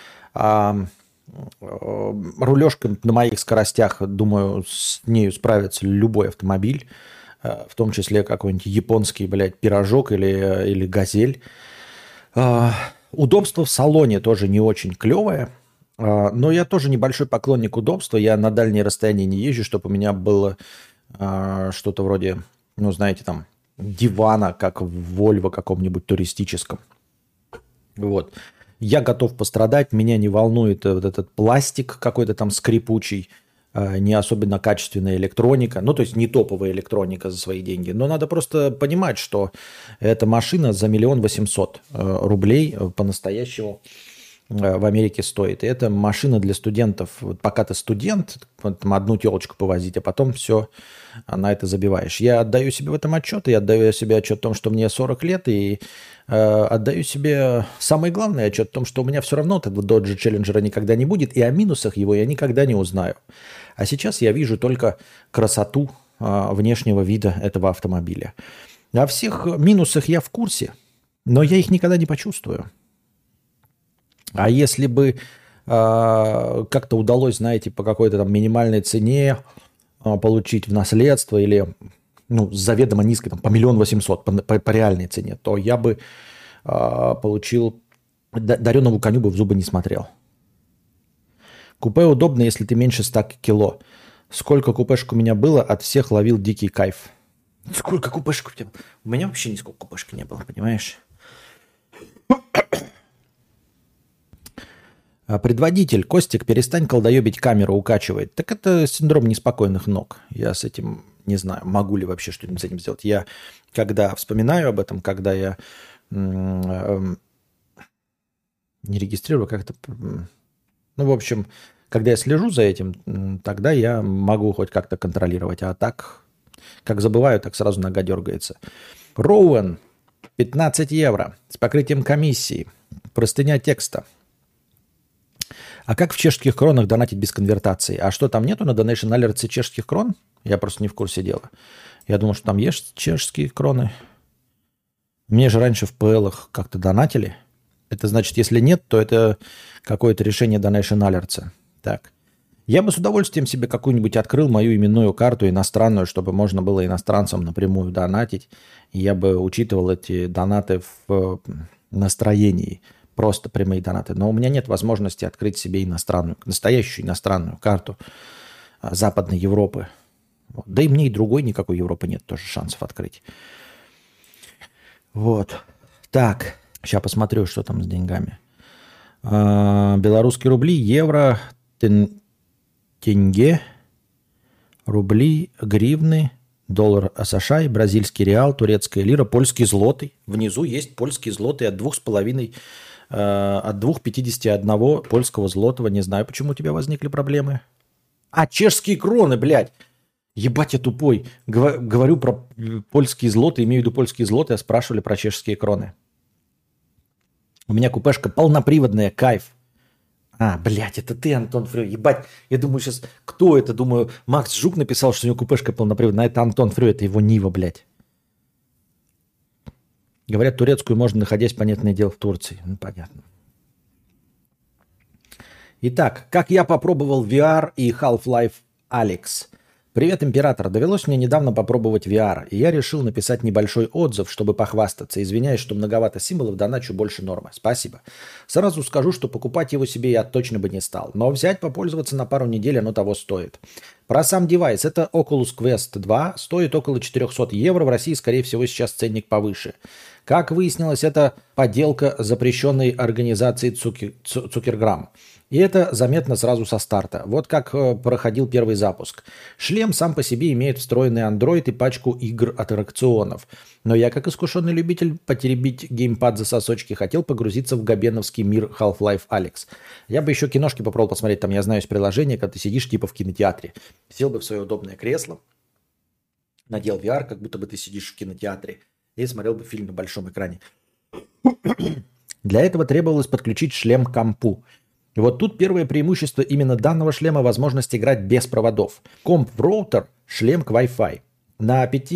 Рулежка на моих скоростях, думаю, с нею справится любой автомобиль. В том числе какой-нибудь японский, пирожок или газель. Удобство в салоне тоже не очень клевое. Но я тоже небольшой поклонник удобства. Я на дальние расстояния не езжу, чтобы у меня было что-то вроде, дивана, как в Volvo каком-нибудь туристическом. Вот. Я готов пострадать, меня не волнует вот этот пластик какой-то там скрипучий, не особенно качественная электроника, то есть не топовая электроника за свои деньги, но надо просто понимать, что эта машина за 1 800 000 рублей по-настоящему в Америке стоит. И это машина для студентов. Вот пока ты студент, одну телочку повозить, а потом все на это забиваешь. Я отдаю себе в этом отчет, я отдаю себе отчет о том, что мне 40 лет, и отдаю себе самый главный отчет о том, что у меня все равно этого Dodge Challenger никогда не будет, и о минусах его я никогда не узнаю. А сейчас я вижу только красоту внешнего вида этого автомобиля. О всех минусах я в курсе, но я их никогда не почувствую. А если бы как-то удалось, знаете, по какой-то там минимальной цене получить в наследство или ну, заведомо низкой, там, по 1 800 000 по реальной цене, то я бы получил, дареному коню бы в зубы не смотрел. Купе удобно, если ты меньше 100 кило. Сколько купешек у меня было, от всех ловил дикий кайф. Сколько купешек у тебя? У меня вообще нисколько купешек не было, понимаешь? Предводитель, Костик, перестань колдоебить, камеру укачивает. Так это синдром неспокойных ног. Я с этим не знаю, могу ли вообще что-нибудь с этим сделать. Я, когда вспоминаю об этом, когда я не регистрирую, как это... Ну, в общем, когда я слежу за этим, тогда я могу хоть как-то контролировать. А так, как забываю, так сразу нога дергается. Роуэн, 15 евро с покрытием комиссии. Простыня текста. А как в чешских кронах донатить без конвертации? А что, там нету на Donation Alerts чешских крон? Я просто не в курсе дела. Я думал, что там есть чешские кроны. Мне же раньше в ПЛах как-то донатили. Это значит, если нет, то это какое-то решение Donation Alerts. Так. Я бы с удовольствием себе какую-нибудь открыл мою именную карту иностранную, чтобы можно было иностранцам напрямую донатить. И я бы учитывал эти донаты в настроении. Просто прямые донаты. Но у меня нет возможности открыть себе иностранную, настоящую иностранную карту Западной Европы. Вот. Да и мне и другой никакой Европы нет тоже шансов открыть. Вот. Так. Сейчас посмотрю, что там с деньгами. Белорусские рубли, евро, тенге, рубли, гривны, доллар США, бразильский реал, турецкая лира, польский злотый. Внизу есть польские злотые от 2,51 польского злотого. Не знаю, почему у тебя возникли проблемы. А, чешские кроны, блядь. Ебать, я тупой. Говорю про польские злоты, имею в виду польские злоты, а спрашивали про чешские кроны. У меня купешка полноприводная, кайф. А, блядь, это ты, Антон Фрё. Ебать, я думаю сейчас, кто это? Думаю, Макс Жук написал, что у него купешка полноприводная. А это Антон Фрё, это его Нива, блядь. Говорят, турецкую можно, находясь, понятное дело, в Турции. Ну, понятно. Итак, как я попробовал VR и Half-Life Alyx. Привет, император. Довелось мне недавно попробовать VR, и я решил написать небольшой отзыв, чтобы похвастаться. Извиняюсь, что многовато символов, доначу больше нормы. Спасибо. Сразу скажу, что покупать его себе я точно бы не стал, но взять, попользоваться на пару недель оно того стоит. Про сам девайс. Это Oculus Quest 2, стоит около 400 евро. В России, скорее всего, сейчас ценник повыше. Как выяснилось, это подделка запрещенной организации Цукерграмм. И это заметно сразу со старта. Вот как проходил первый запуск. Шлем сам по себе имеет встроенный Android и пачку игр-аттракционов. Но я, как искушенный любитель потеребить геймпад за сосочки, хотел погрузиться в габеновский мир Half-Life Alyx. Я бы еще киношки попробовал посмотреть. Там, я знаю, есть приложение, когда ты сидишь типа в кинотеатре. Сел бы в свое удобное кресло, надел VR, как будто бы ты сидишь в кинотеатре, и смотрел бы фильм на большом экране. Для этого требовалось подключить шлем к компу. И вот тут первое преимущество именно данного шлема – возможность играть без проводов. Комп в роутер, шлем к Wi-Fi. На 5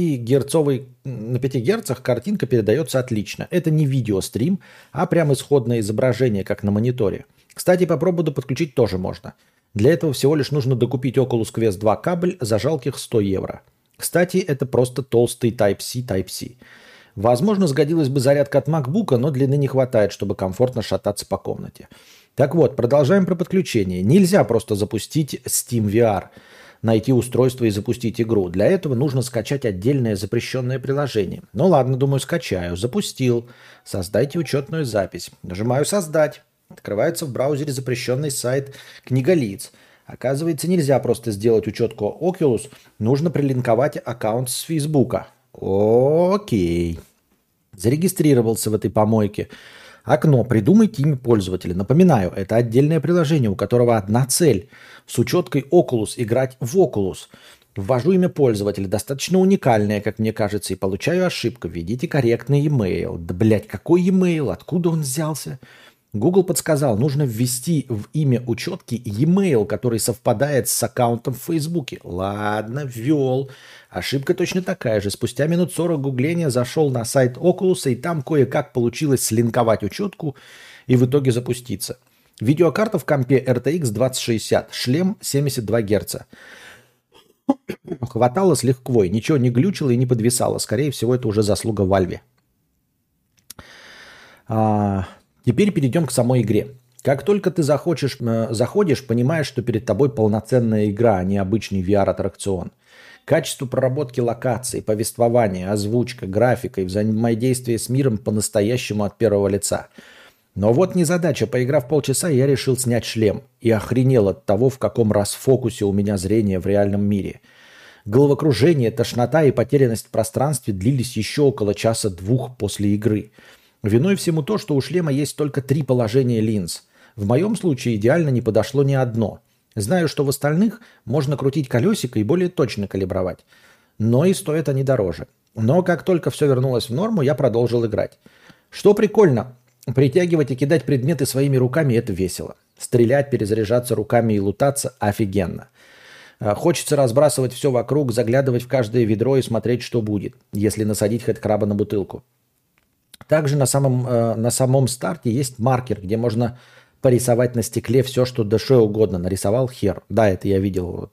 Гц картинка передается отлично. Это не видеострим, а прям исходное изображение, как на мониторе. Кстати, по проводу подключить тоже можно. Для этого всего лишь нужно докупить Oculus Quest 2 кабель за жалких 100 евро. Кстати, это просто толстый Type-C. Возможно, сгодилась бы зарядка от MacBook, но длины не хватает, чтобы комфортно шататься по комнате. Так вот, продолжаем про подключение. Нельзя просто запустить Steam VR, найти устройство и запустить игру. Для этого нужно скачать отдельное запрещенное приложение. Ну ладно, думаю, скачаю. Запустил. Создайте учетную запись. Нажимаю «Создать». Открывается в браузере запрещенный сайт «Книголиц». Оказывается, нельзя просто сделать учетку Oculus. Нужно прилинковать аккаунт с Фейсбука. Окей. Зарегистрировался в этой помойке. Окно «Придумайте имя пользователя». Напоминаю, это отдельное приложение, у которого одна цель – с учеткой Oculus играть в Oculus. Ввожу имя пользователя, достаточно уникальное, как мне кажется, и получаю ошибку. Введите корректный e-mail. Да, блядь, какой e-mail? Откуда он взялся? Google подсказал, нужно ввести в имя учетки e-mail, который совпадает с аккаунтом в Фейсбуке. Ладно, ввел. Ошибка точно такая же. Спустя минут 40 гугления зашел на сайт Oculus, и там кое-как получилось слинковать учетку и в итоге запуститься. Видеокарта в компе RTX 2060, шлем 72 Гц. Хватало с лихвой, ничего не глючило и не подвисало. Скорее всего, это уже заслуга Valve. Теперь перейдем к самой игре. Как только ты заходишь, понимаешь, что перед тобой полноценная игра, а не обычный VR-аттракцион. Качество проработки локаций, повествования, озвучка, графика и взаимодействие с миром по-настоящему от первого лица. Но вот незадача. Поиграв полчаса, я решил снять шлем. И охренел от того, в каком расфокусе у меня зрение в реальном мире. Головокружение, тошнота и потерянность в пространстве длились еще около часа-двух после игры. Виной всему то, что у шлема есть только 3 положения линз. В моем случае идеально не подошло ни одно. Знаю, что в остальных можно крутить колесико и более точно калибровать. Но и стоят они дороже. Но как только все вернулось в норму, я продолжил играть. Что прикольно, притягивать и кидать предметы своими руками – это весело. Стрелять, перезаряжаться руками и лутаться – офигенно. Хочется разбрасывать все вокруг, заглядывать в каждое ведро и смотреть, что будет, если насадить хэдкраба на бутылку. Также на самом старте есть маркер, где можно порисовать на стекле все, что душе угодно. Нарисовал хер. Да, это я видел вот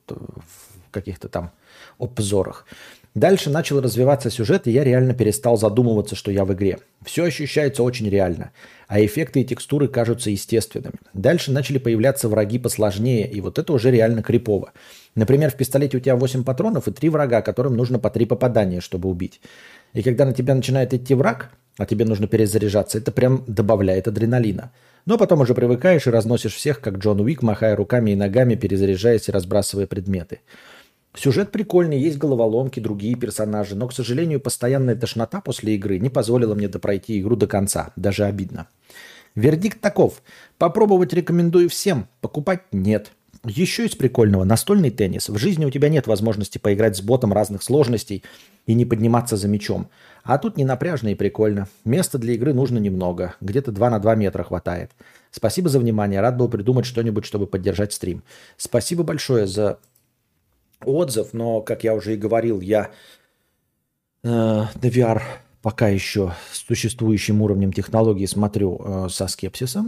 в каких-то там обзорах. Дальше начал развиваться сюжет, и я реально перестал задумываться, что я в игре. Все ощущается очень реально, а эффекты и текстуры кажутся естественными. Дальше начали появляться враги посложнее, и вот это уже реально крипово. Например, в пистолете у тебя 8 патронов и 3 врага, которым нужно по 3 попадания, чтобы убить. И когда на тебя начинает идти враг, а тебе нужно перезаряжаться, это прям добавляет адреналина. Но потом уже привыкаешь и разносишь всех, как Джон Уик, махая руками и ногами, перезаряжаясь и разбрасывая предметы. Сюжет прикольный, есть головоломки, другие персонажи, но, к сожалению, постоянная тошнота после игры не позволила мне допройти игру до конца. Даже обидно. Вердикт таков. Попробовать рекомендую всем, покупать нет. Еще из прикольного настольный теннис. В жизни у тебя нет возможности поиграть с ботом разных сложностей и не подниматься за мячом. А тут не напряжно и прикольно. Места для игры нужно немного. Где-то 2 на 2 метра хватает. Спасибо за внимание. Рад был придумать что-нибудь, чтобы поддержать стрим. Спасибо большое за отзыв. Но, как я уже и говорил, я на VR пока еще с существующим уровнем технологий смотрю со скепсисом.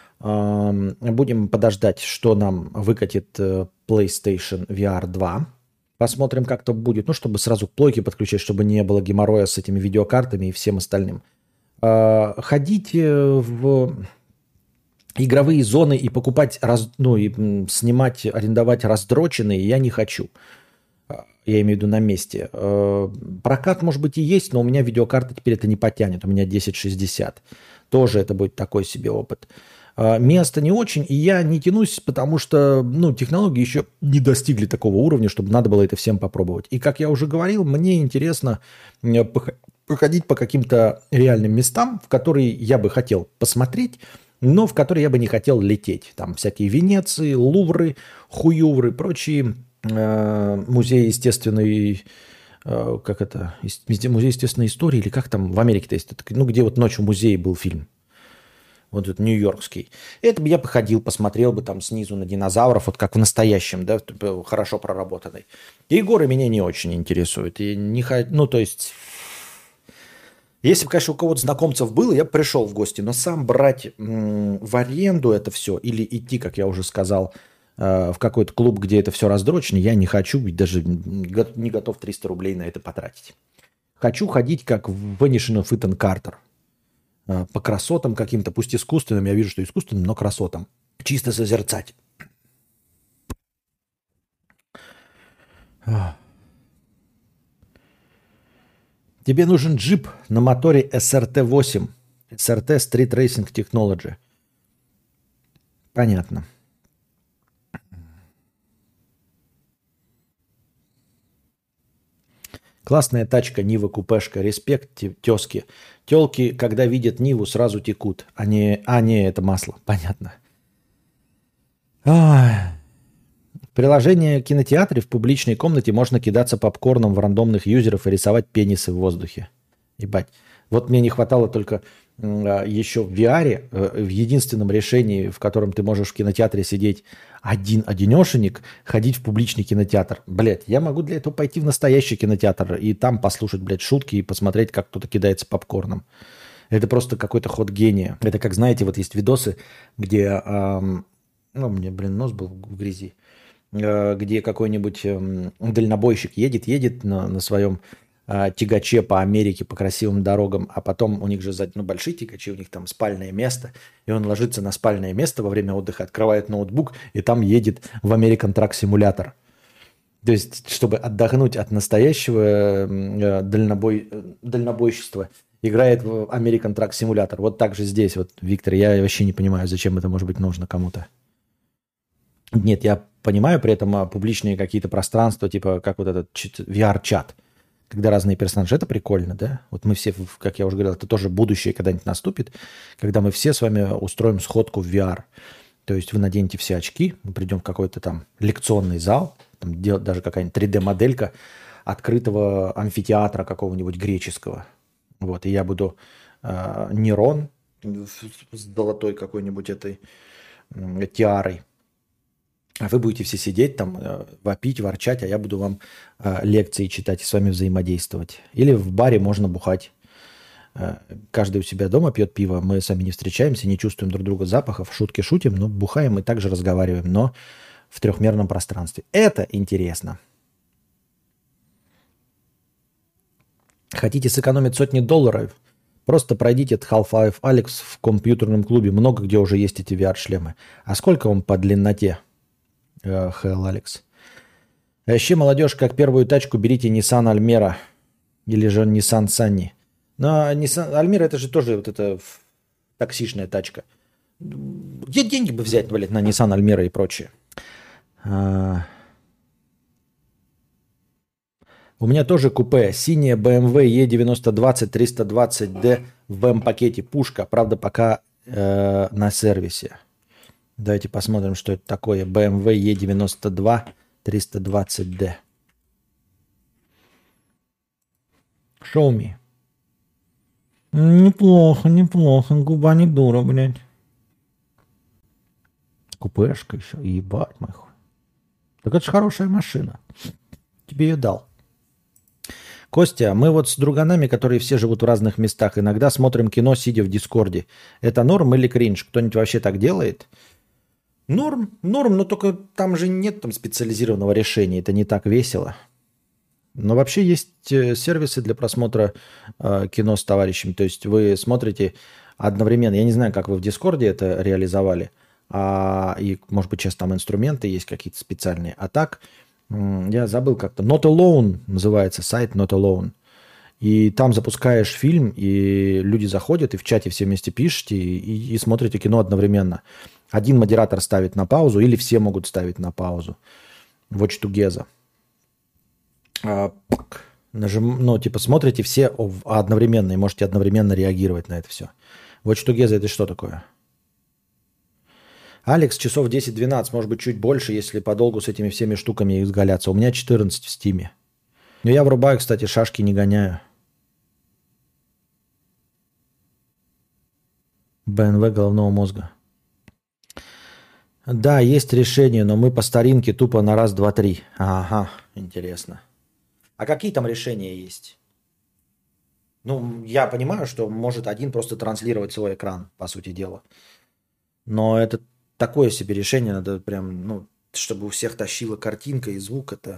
Будем подождать, что нам выкатит PlayStation VR 2. Посмотрим, как то будет. Ну, чтобы сразу к плойке подключать, чтобы не было геморроя с этими видеокартами и всем остальным. Ходить в игровые зоны и покупать, и снимать, арендовать раздроченные я не хочу. Я имею в виду на месте. Прокат, может быть, и есть, но у меня видеокарта теперь это не потянет. У меня 1060. Тоже это будет такой себе опыт. Место не очень, и я не тянусь, потому что технологии еще не достигли такого уровня, чтобы надо было это всем попробовать. И, как я уже говорил, мне интересно походить по каким-то реальным местам, в которые я бы хотел посмотреть, но в которые я бы не хотел лететь. Там всякие Венеции, Лувры, Хуювры, прочие музеи естественной... Музей естественной истории, или как там в Америке-то есть? Где вот ночью в музее был фильм. Вот этот нью-йоркский. Это бы я походил, посмотрел бы там снизу на динозавров, вот как в настоящем, да, хорошо проработанный. И горы меня не очень интересуют. И то есть, если бы, конечно, у кого-то знакомцев было, я бы пришел в гости. Но сам брать в аренду это все или идти, как я уже сказал, в какой-то клуб, где это все раздрочено, я не хочу, ведь даже не готов 300 рублей на это потратить. Хочу ходить, как в Vanishing of Ethan Carter. По красотам каким-то, пусть искусственным, я вижу, что искусственным, но красотам. Чисто созерцать. Тебе нужен джип на моторе SRT-8. SRT Street Racing Technology. Понятно. Классная тачка, Нива, купешка, респект, тезки. Телки, когда видят Ниву, сразу текут. Не, это масло, понятно. В приложении кинотеатре в публичной комнате можно кидаться попкорном в рандомных юзеров и рисовать пенисы в воздухе. Ебать. Вот мне не хватало только еще в VR, в единственном решении, в котором ты можешь в кинотеатре сидеть одинешенек, ходить в публичный кинотеатр. Блядь, я могу для этого пойти в настоящий кинотеатр и там послушать, блядь, шутки и посмотреть, как кто-то кидается попкорном. Это просто какой-то ход гения. Это как, знаете, вот есть видосы, где, ну, мне, нос был в грязи, где какой-нибудь дальнобойщик едет на своем тягаче по Америке, по красивым дорогам, а потом у них же ну, большие тягачи, у них там спальное место, и он ложится на спальное место во время отдыха, открывает ноутбук, и там едет в American Truck Simulator. То есть, чтобы отдохнуть от настоящего дальнобойщества, играет в American Truck Simulator. Вот так же здесь, вот, Виктор, я вообще не понимаю, зачем это может быть нужно кому-то. Нет, я понимаю при этом публичные какие-то пространства, типа как вот этот VR-чат, когда разные персонажи. Это прикольно, да? Вот мы все, как я уже говорил, это тоже будущее когда-нибудь наступит, когда мы все с вами устроим сходку в VR. То есть вы наденете все очки, мы придем в какой-то там лекционный зал, там делать даже какая-нибудь 3D-моделька открытого амфитеатра какого-нибудь греческого. Вот, и я буду Нерон с золотой какой-нибудь этой тиарой. А вы будете все сидеть там, вопить, ворчать, а я буду вам лекции читать и с вами взаимодействовать. Или в баре можно бухать. Каждый у себя дома пьет пиво, мы сами не встречаемся, не чувствуем друг друга запахов, шутки шутим, но бухаем и также разговариваем, но в трехмерном пространстве. Это интересно. Хотите сэкономить сотни долларов? Просто пройдите Half-Life Alyx в компьютерном клубе. Много где уже есть эти VR-шлемы. А сколько он по длинноте? Hell Alex. А еще, молодежь, как первую тачку берите Nissan Almera или же Nissan Sunny. Но Nissan Almera это же тоже вот эта таксишная тачка. Где деньги бы взять, блядь, на Nissan Almera и прочее? У меня тоже купе. Синяя BMW E9020 320D в М-пакете. Пушка. Правда, пока на сервисе. Давайте посмотрим, что это такое. BMW E92 320D. Show me. Неплохо, неплохо. Губа не дура, блядь. Купешка еще. Ебать, мой хуй. Так это же хорошая машина. Тебе ее дал. Костя, мы вот с друганами, которые все живут в разных местах, иногда смотрим кино, сидя в Дискорде. Это норм или кринж? Кто-нибудь вообще так делает? Норм, но только там же нет там специализированного решения. Это не так весело. Но вообще есть сервисы для просмотра кино с товарищами. То есть вы смотрите одновременно. Я не знаю, как вы в Дискорде это реализовали. И, может быть, сейчас там инструменты есть какие-то специальные. А так, я забыл как-то. Not Alone называется сайт Not Alone. И там запускаешь фильм, и люди заходят, и в чате все вместе пишете, и смотрите кино одновременно. Один модератор ставит на паузу, или все могут ставить на паузу. Watch Together. Смотрите все одновременно, и можете одновременно реагировать на это все. Watch Together это что такое? Алекс, часов 10-12, может быть, чуть больше, если подолгу с этими всеми штуками изгаляться. У меня 14 в Стиме. Но я врубаю, кстати, шашки не гоняю. БНВ головного мозга. Да, есть решение, но мы по старинке тупо на раз, два, три. Ага, интересно. А какие там решения есть? Ну, я понимаю, что может один просто транслировать свой экран, по сути дела. Но это такое себе решение, надо прям, ну, чтобы у всех тащила картинка и звук, это...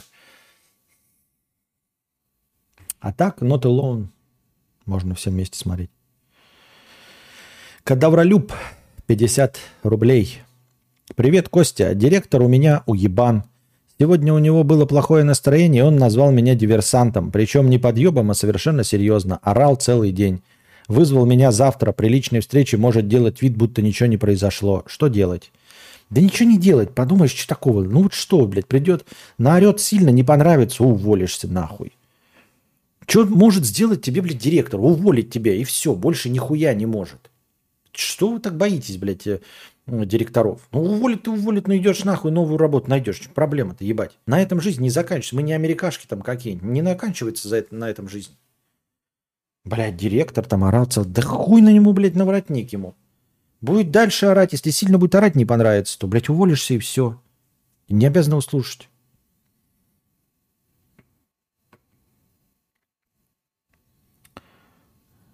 А так, Not Alone. Можно все вместе смотреть. Кадавролюб, 50 рублей. Привет, Костя. Директор у меня уебан. Сегодня у него было плохое настроение, и он назвал меня диверсантом. Причем не подъебом, а совершенно серьезно. Орал целый день. Вызвал меня завтра. При личной встрече может делать вид, будто ничего не произошло. Что делать? Да ничего не делать. Подумаешь, что такого? Ну вот что, блядь, придет, наорет сильно, не понравится, уволишься нахуй. Что может сделать тебе, блядь, директор? Уволить тебя, и все. Больше нихуя не может. Что вы так боитесь, блядь, директоров? Ну, уволит, ну идешь нахуй, новую работу найдешь. Проблема-то, ебать. На этом жизнь не заканчивается. Мы не америкашки там какие-нибудь. Не заканчивается на этом жизнь. Блядь, директор там ораться. Да хуй на нему, блядь, на воротник ему. Будет дальше орать. Если сильно будет орать, не понравится, то, блядь, уволишься и все. Не обязан его слушать.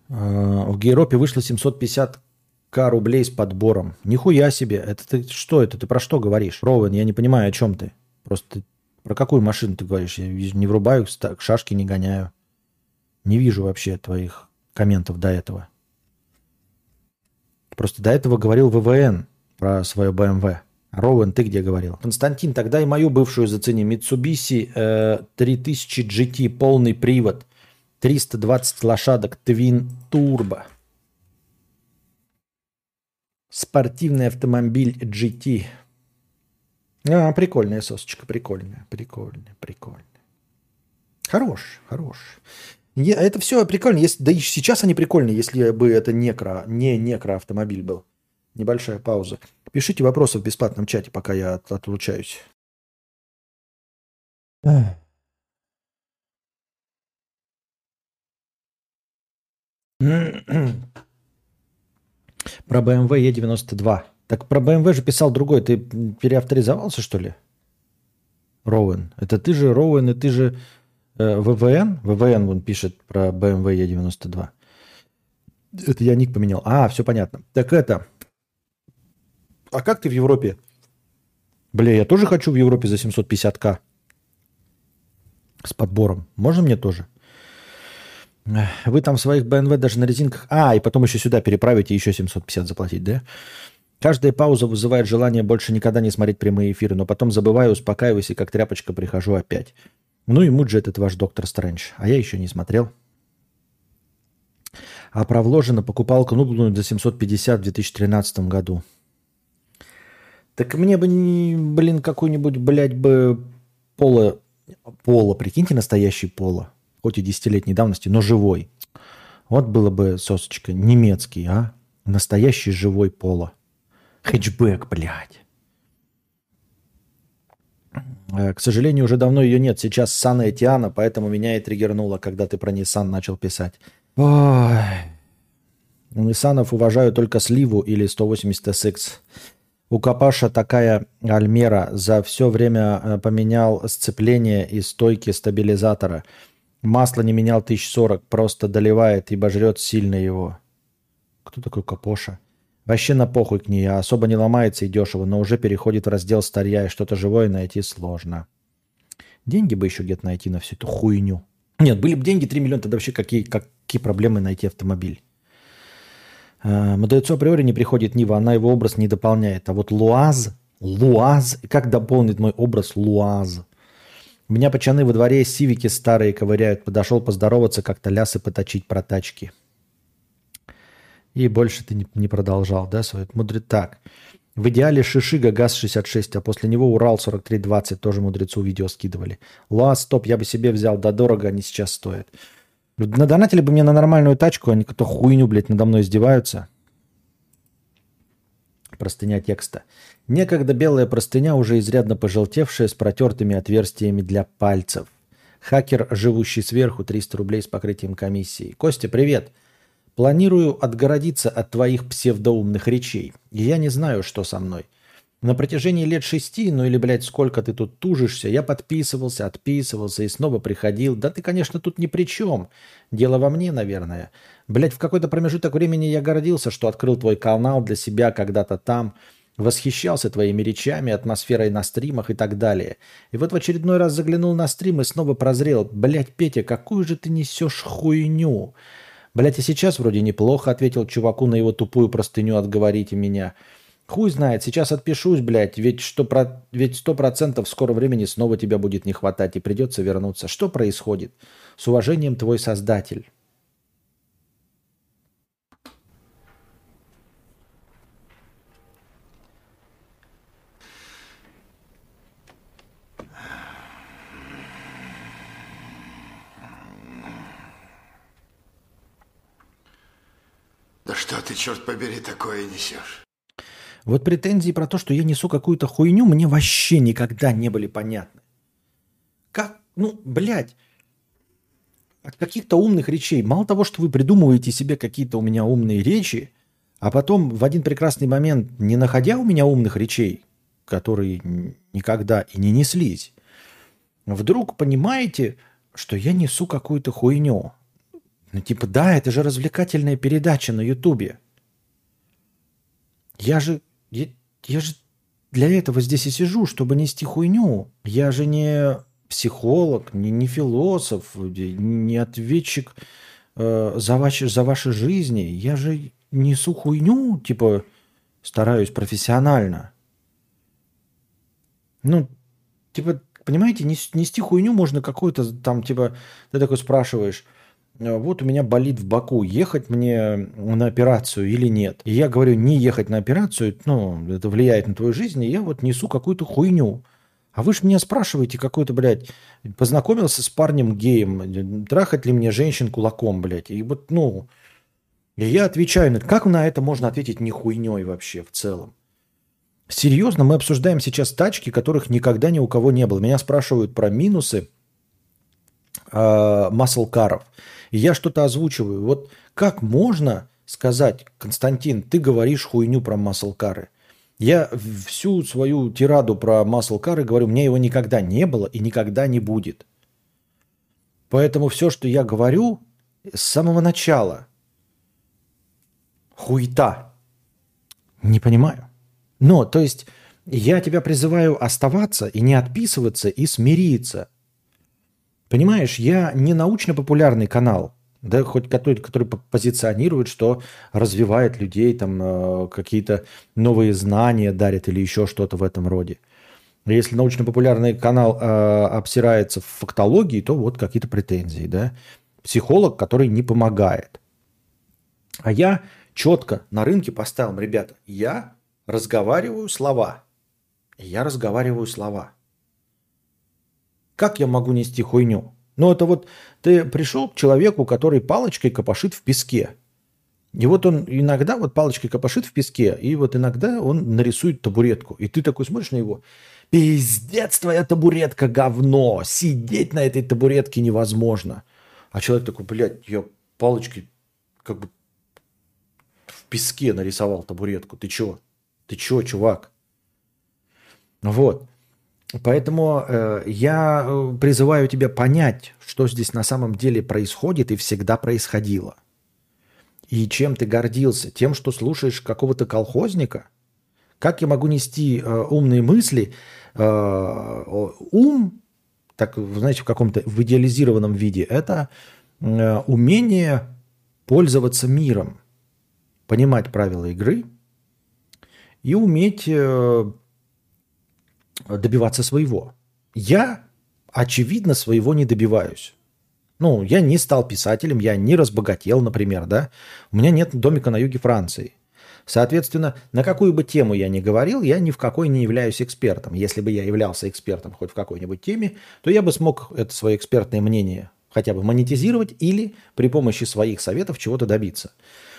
В Гейропе вышло 750к рублей с подбором. Нихуя себе. Это ты что это? Ты про что говоришь? Ровен, я не понимаю, о чем ты. Просто про какую машину ты говоришь? Я не врубаю, шашки не гоняю. Не вижу вообще твоих комментов до этого. Просто до этого говорил ВВН про свое BMW. Роуэн, ты где говорил? Константин, тогда и мою бывшую зацени. Mitsubishi 3000 GT, полный привод. 320 лошадок, Twin Turbo. Спортивный автомобиль GT. Прикольная сосочка, прикольная. Хорош. Это все прикольно. Да и сейчас они прикольные, если бы это не некроавтомобиль был. Небольшая пауза. Пишите вопросы в бесплатном чате, пока я отлучаюсь. Про BMW E92. Так про BMW же писал другой. Ты переавторизовался, что ли? Роуэн. Это ты же Роуэн, и ты же ВВН? ВВН вон пишет про BMW E92. Это я ник поменял. Все понятно. Так это... А как ты в Европе? Бля, я тоже хочу в Европе за 750к. С подбором. Можно мне тоже? Вы там в своих BMW даже на резинках... и потом еще сюда переправить и еще 750 заплатить, да? Каждая пауза вызывает желание больше никогда не смотреть прямые эфиры, но потом забываю, успокаиваюсь и как тряпочка прихожу опять. Ну и муть же этот ваш доктор Стрэндж. А я еще не смотрел. А про вложено покупал кнуглую за 750 в 2013 году. Так мне бы, какой-нибудь, блядь, бы поло, прикиньте, настоящий поло. Хоть и 10-летней давности, но живой. Вот было бы, сосочка, немецкий, Настоящий живой поло. Хэтчбэк, блядь. К сожалению, уже давно ее нет. Сейчас Сан и Тиана, поэтому меня и триггернуло, когда ты про Nissan начал писать. Ой. У Ниссанов уважаю только Сливу или 180 SX. У Капаша такая Альмера. За все время поменял сцепление и стойки стабилизатора. Масло не менял 1040. Просто доливает, ибо жрет сильно его. Кто такой Капоша? Вообще на похуй к ней. Особо не ломается и дешево, но уже переходит в раздел старья, и что-то живое найти сложно. Деньги бы еще где-то найти на всю эту хуйню. Нет, были бы деньги 3 миллиона, тогда вообще какие проблемы найти автомобиль? Мудрецу априори не приходит Нива, она его образ не дополняет. А вот Луаз, как дополнит мой образ Луаз? У меня пацаны во дворе сивики старые ковыряют. Подошел поздороваться, как-то лясы поточить про тачки. И больше ты не продолжал, да, свой мудрец? Так, в идеале Шишига ГАЗ-66, а после него Урал-4320, тоже мудрецу видео скидывали. Луаз, стоп, я бы себе взял, да дорого они сейчас стоят. Надонатили бы мне на нормальную тачку, они какую-то хуйню, блядь, надо мной издеваются. Простыня текста. Некогда белая простыня, уже изрядно пожелтевшая, с протертыми отверстиями для пальцев. Хакер, живущий сверху, 300 рублей с покрытием комиссии. Костя, привет. Планирую отгородиться от твоих псевдоумных речей. И я не знаю, что со мной. На протяжении лет 6, или, блядь, сколько ты тут тужишься, я подписывался, отписывался и снова приходил. Да ты, конечно, тут ни при чем. Дело во мне, наверное. Блядь, в какой-то промежуток времени я гордился, что открыл твой канал для себя когда-то там, восхищался твоими речами, атмосферой на стримах и так далее. И вот в очередной раз заглянул на стрим и снова прозрел. Блядь, Петя, какую же ты несешь хуйню? Блядь, и сейчас вроде неплохо ответил чуваку на его тупую простыню «отговорите меня». Хуй знает, сейчас отпишусь, блядь, ведь 100% в скором времени снова тебя будет не хватать и придется вернуться. Что происходит? С уважением, твой создатель. Да что ты, черт побери, такое несешь? Вот претензии про то, что я несу какую-то хуйню, мне вообще никогда не были понятны. Как, блядь, от каких-то умных речей. Мало того, что вы придумываете себе какие-то у меня умные речи, а потом в один прекрасный момент, не находя у меня умных речей, которые никогда и не неслись, вдруг понимаете, что я несу какую-то хуйню. Ну, типа, да, это же развлекательная передача на Ютубе. Я же, я же для этого здесь и сижу, чтобы нести хуйню. Я же не психолог, не философ, не ответчик за ваши жизни. Я же несу хуйню, типа, стараюсь профессионально. Ну, типа, понимаете, нести хуйню можно какую-то там, типа, ты такой спрашиваешь, вот у меня болит в боку, ехать мне на операцию или нет? И я говорю, не ехать на операцию, ну, это влияет на твою жизнь, и я вот несу какую-то хуйню. А вы же меня спрашиваете, какой-то, блядь, познакомился с парнем геем, трахать ли мне женщин кулаком, блядь. И вот, ну, и я отвечаю, как на это можно ответить не хуйней вообще в целом? Серьезно, мы обсуждаем сейчас тачки, которых никогда ни у кого не было. Меня спрашивают про минусы маслкаров. И я что-то озвучиваю. Вот как можно сказать, Константин, ты говоришь хуйню про маслкары? Я всю свою тираду про маслкары говорю, мне его никогда не было и никогда не будет. Поэтому все, что я говорю, с самого начала хуета. Не понимаю. Но, то есть, я тебя призываю оставаться и не отписываться, и смириться. Понимаешь, я не научно-популярный канал, да, хоть который позиционирует, что развивает людей, там, какие-то новые знания дарит или еще что-то в этом роде. Если научно-популярный канал обсирается в фактологии, то вот какие-то претензии, да. Психолог, который не помогает. А я четко на рынке поставил, ребята, я разговариваю слова. Я разговариваю слова. Как я могу нести хуйню? Ну, это вот ты пришел к человеку, который палочкой копошит в песке. И вот он иногда вот палочкой копошит в песке, и вот иногда он нарисует табуретку. И ты такой смотришь на него. Пиздец, твоя табуретка говно. Сидеть на этой табуретке невозможно. А человек такой, блядь, я палочкой как бы в песке нарисовал табуретку. Ты чё? Ты чё, чувак? Вот. Поэтому я призываю тебя понять, что здесь на самом деле происходит и всегда происходило. И чем ты гордился? Тем, что слушаешь какого-то колхозника? Как я могу нести умные мысли? Ум, так, знаете, в каком-то в идеализированном виде, это умение пользоваться миром, понимать правила игры и уметь добиваться своего. Я, очевидно, своего не добиваюсь. Ну, я не стал писателем, я не разбогател, например, да. У меня нет домика на юге Франции. Соответственно, на какую бы тему я ни говорил, я ни в какой не являюсь экспертом. Если бы я являлся экспертом хоть в какой-нибудь теме, то я бы смог это свое экспертное мнение хотя бы монетизировать или при помощи своих советов чего-то добиться.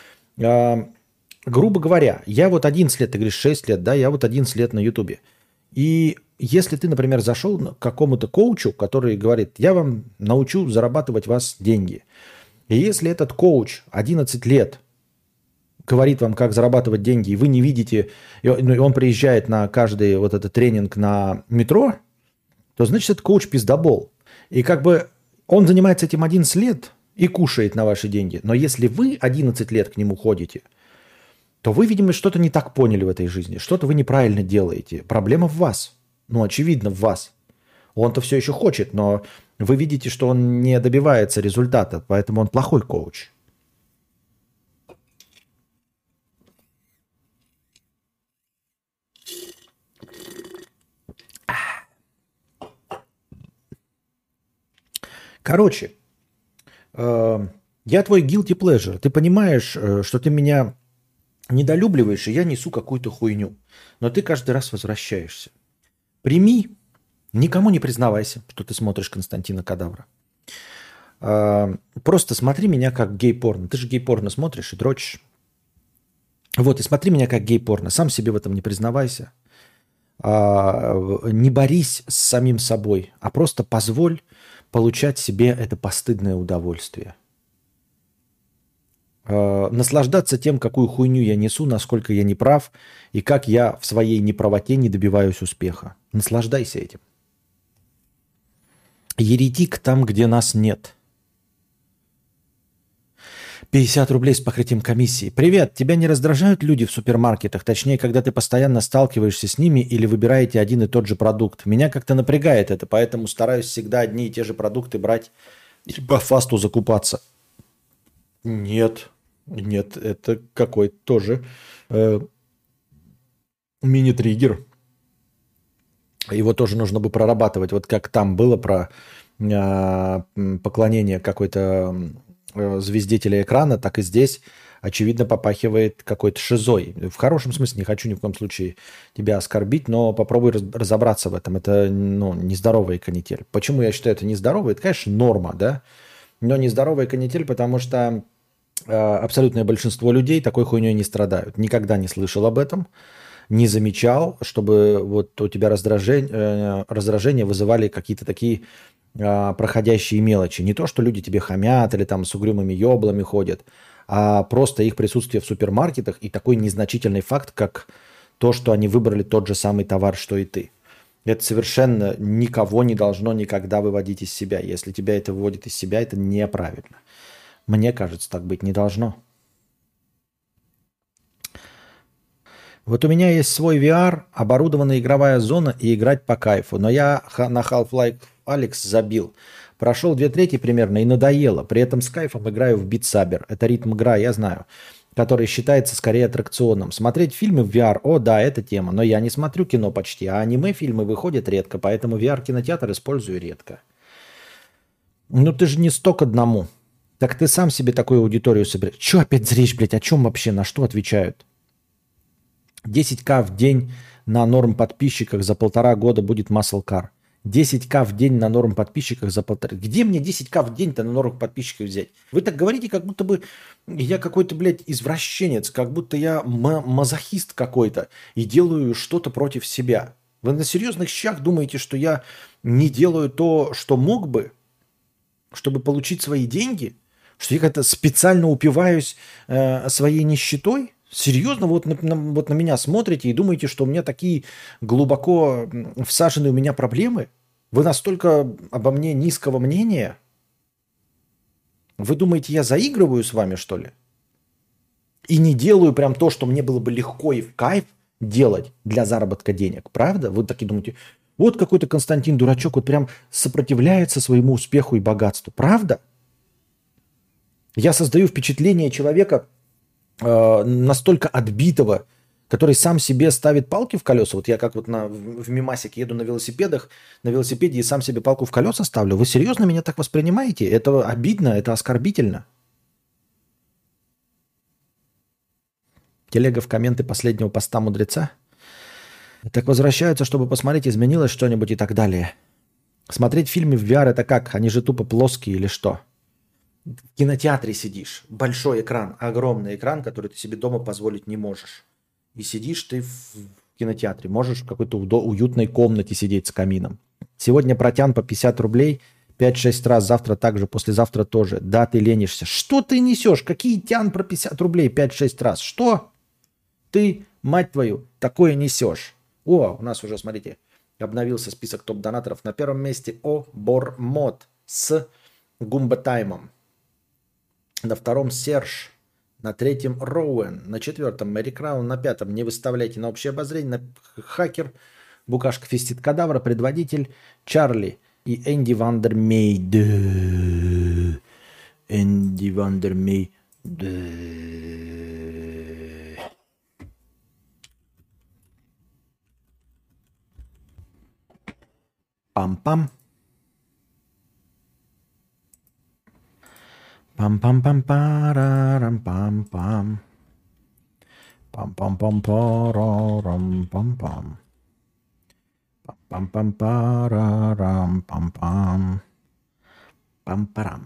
Грубо говоря, я вот 11 лет, ты говоришь 6 лет, да, я вот 11 лет на Ютубе. И если ты, например, зашел к какому-то коучу, который говорит, я вам научу зарабатывать вас деньги. И если этот коуч 11 лет говорит вам, как зарабатывать деньги, и вы не видите, и он приезжает на каждый вот этот тренинг на метро, то значит, это коуч пиздобол. И как бы он занимается этим 11 лет и кушает на ваши деньги. Но если вы 11 лет к нему ходите, то вы, видимо, что-то не так поняли в этой жизни. Что-то вы неправильно делаете. Проблема в вас. Ну, очевидно, в вас. Он-то все еще хочет, но вы видите, что он не добивается результата, поэтому он плохой коуч. Короче, я твой guilty pleasure. Ты понимаешь, что ты меня недолюбливаешь, и я несу какую-то хуйню. Но ты каждый раз возвращаешься. Прими, никому не признавайся, что ты смотришь Константина Кадавра. Просто смотри меня как гей-порно. Ты же гей-порно смотришь и дрочишь. Вот, и смотри меня как гей-порно. Сам себе в этом не признавайся. Не борись с самим собой, а просто позволь получать себе это постыдное удовольствие. Наслаждаться тем, какую хуйню я несу, насколько я не прав, и как я в своей неправоте не добиваюсь успеха. Наслаждайся этим. Еретик там, где нас нет. 50 рублей с покрытием комиссии. Привет, тебя не раздражают люди в супермаркетах? Точнее, когда ты постоянно сталкиваешься с ними или выбираете один и тот же продукт. Меня как-то напрягает это, поэтому стараюсь всегда одни и те же продукты брать и по фасту закупаться. Нет, нет, это какой-то тоже мини-триггер. Его тоже нужно бы прорабатывать. Вот как там было про поклонение какой-то звезде телеэкрана, так и здесь, очевидно, попахивает какой-то шизой. В хорошем смысле, не хочу ни в коем случае тебя оскорбить, но попробуй разобраться в этом. Это нездоровая канитель. Почему я считаю это нездоровой? Это, конечно, норма, да? Но нездоровая канитель, потому что абсолютное большинство людей такой хуйней не страдают. Никогда не слышал об этом, не замечал, чтобы вот у тебя раздражение вызывали какие-то такие проходящие мелочи. Не то, что люди тебе хамят или там с угрюмыми еблами ходят, а просто их присутствие в супермаркетах и такой незначительный факт, как то, что они выбрали тот же самый товар, что и ты. Это совершенно никого не должно никогда выводить из себя. Если тебя это выводит из себя, это неправильно. Мне кажется, так быть не должно. Вот у меня есть свой VR, оборудованная игровая зона и играть по кайфу. Но я на Half-Life Alyx забил. Прошел 2/3 примерно и надоело. При этом с кайфом играю в Beat Saber. Это ритм игра, я знаю, который считается скорее аттракционом. Смотреть фильмы в VR, о да, это тема. Но я не смотрю кино почти, а аниме-фильмы выходят редко, поэтому VR-кинотеатр использую редко. Ну ты же не сток одному. Так ты сам себе такую аудиторию соберешь. Че опять зришь, блядь? О чем вообще? На что отвечают? 10к в день на норм подписчиках за 1,5 года будет Muscle Car. 10к в день на норм подписчиках за 1,5. Где мне 10к в день-то на норм подписчиков взять? Вы так говорите, как будто бы я какой-то, блядь, извращенец, как будто я мазохист какой-то и делаю что-то против себя. Вы на серьезных щах думаете, что я не делаю то, что мог бы, чтобы получить свои деньги? Что я как-то специально упиваюсь своей нищетой? Серьезно, вот на меня смотрите и думаете, что у меня такие глубоко всаженные у меня проблемы? Вы настолько обо мне низкого мнения? Вы думаете, я заигрываю с вами, что ли? И не делаю прям то, что мне было бы легко и в кайф делать для заработка денег, правда? Вы такие думаете, вот какой-то Константин дурачок вот прям сопротивляется своему успеху и богатству, правда? Я создаю впечатление человека настолько отбитого, который сам себе ставит палки в колеса. Вот я как вот в Мимасике еду на велосипеде и сам себе палку в колеса ставлю. Вы серьезно меня так воспринимаете? Это обидно, это оскорбительно. Телега в комменты последнего поста мудреца. Так возвращаются, чтобы посмотреть, изменилось что-нибудь и так далее. Смотреть фильмы в VR это как? Они же тупо плоские или что? В кинотеатре сидишь, большой экран, огромный экран, который ты себе дома позволить не можешь. И сидишь ты в кинотеатре, можешь в какой-то уютной комнате сидеть с камином. Сегодня протян по 50 рублей, 5-6 раз, завтра также, послезавтра тоже. Да, ты ленишься. Что ты несешь? Какие тян про 50 рублей 5-6 раз? Что ты, мать твою, такое несешь? О, у нас уже, смотрите, обновился список топ-донаторов. На первом месте Бормод с Гумба-таймом. На втором Серж, на третьем Роуэн, на четвертом Мэри Краун, на пятом не выставляйте на общее обозрение, на Хакер, Букашка Фистит Кадавра, Предводитель, Чарли и Энди Вандермейд. Энди Вандермейд. Пам-пам. Пам-пам-пам-парарам-пам-пам. Пам-пам-пам-парарам-пам-пам. Пам-пам-пам-парарам-пам-пам. Пам-парам.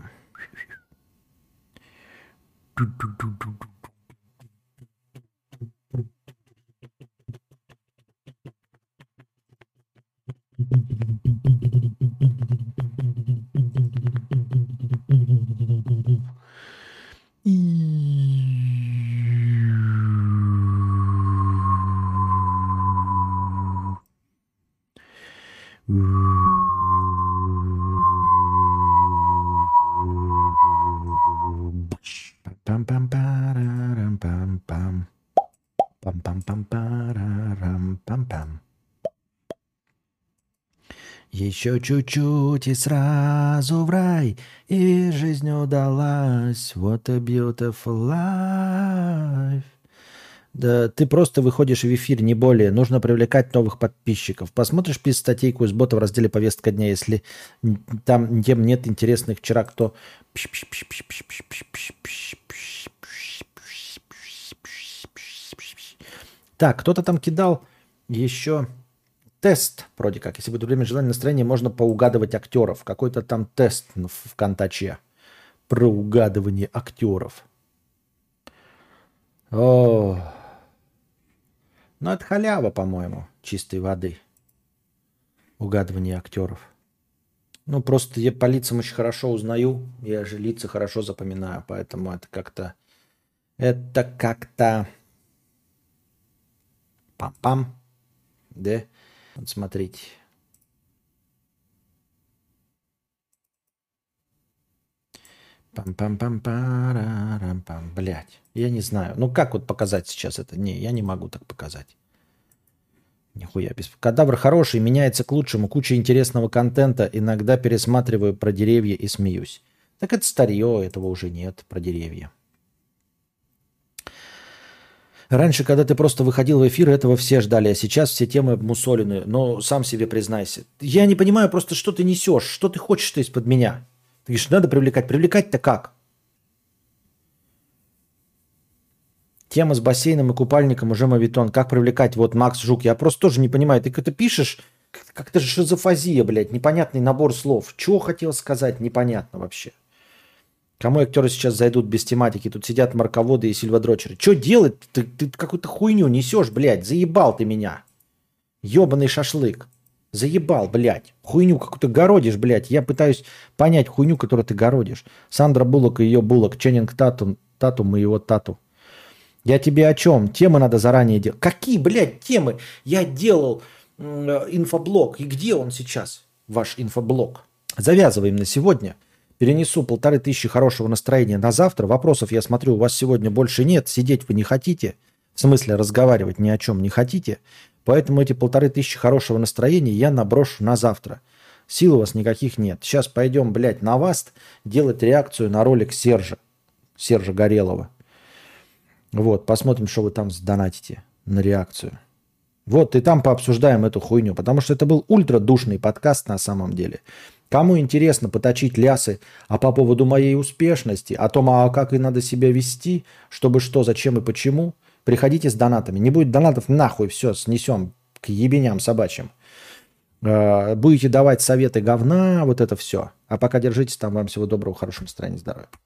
Пам-пам. Еще чуть-чуть и сразу в рай, и жизнь удалась. What a beautiful life. Да ты просто выходишь в эфир, не более. Нужно привлекать новых подписчиков. Посмотришь статейку из бота в разделе «Повестка дня», если там тем нет интересных. Вчера кто... Так, кто-то там кидал еще тест, вроде как. Если будет время, желание, настроение, можно поугадывать актеров. Какой-то там тест в Контаче про угадывание актеров. О, ну это халява, по-моему, чистой воды. Угадывание актеров. Ну, просто я по лицам очень хорошо узнаю. Я же лица хорошо запоминаю, поэтому это как-то... Это как-то... Пам-пам. Да? Вот смотрите. Пам-пам-пам-парам-пам. Блядь. Я не знаю. Ну, как вот показать сейчас это? Не, я не могу так показать. Нихуя. Кадавр хороший, меняется к лучшему. Куча интересного контента. Иногда пересматриваю про деревья и смеюсь. Так это старье, этого уже нет про деревья. Раньше, когда ты просто выходил в эфир, этого все ждали, а сейчас все темы обмусолены. Но сам себе признайся. Я не понимаю просто, что ты несешь, что ты хочешь-то из-под меня. Ты говоришь, надо привлекать. Привлекать-то как? Тема с бассейном и купальником уже мавитон. Как привлекать? Вот Макс Жук. Я просто тоже не понимаю. Ты это пишешь, как-то же шизофазия, блядь. Непонятный набор слов. Чего хотел сказать? Непонятно вообще. Кому актеры сейчас зайдут без тематики? Тут сидят марководы и сильвадрочеры. Что делать? Ты какую-то хуйню несешь, блядь. Заебал ты меня. Ёбаный шашлык. Заебал, блядь. Хуйню какую-то городишь, блядь. Я пытаюсь понять хуйню, которую ты городишь. Сандра Буллок и ее Буллок. Ченнинг Татум и его Тату. Я тебе о чем? Темы надо заранее делать. Какие, блядь, темы? Я делал инфоблог. И где он сейчас, ваш инфоблог? Завязываем на сегодня. Перенесу 1500 хорошего настроения на завтра. Вопросов, я смотрю, у вас сегодня больше нет. Сидеть вы не хотите. В смысле, разговаривать ни о чем не хотите. Поэтому эти 1500 хорошего настроения я наброшу на завтра. Сил у вас никаких нет. Сейчас пойдем, блядь, на Васт делать реакцию на ролик Сержа Горелого. Вот, посмотрим, что вы там сдонатите на реакцию. Вот, и там пообсуждаем эту хуйню. Потому что это был ультрадушный подкаст на самом деле. Кому интересно поточить лясы, а по поводу моей успешности, о том, а как и надо себя вести, чтобы что, зачем и почему, приходите с донатами. Не будет донатов, нахуй все снесем к ебеням собачьим. Будете давать советы говна, вот это все. А пока держитесь там. Вам всего доброго, хорошего настроения, здоровья.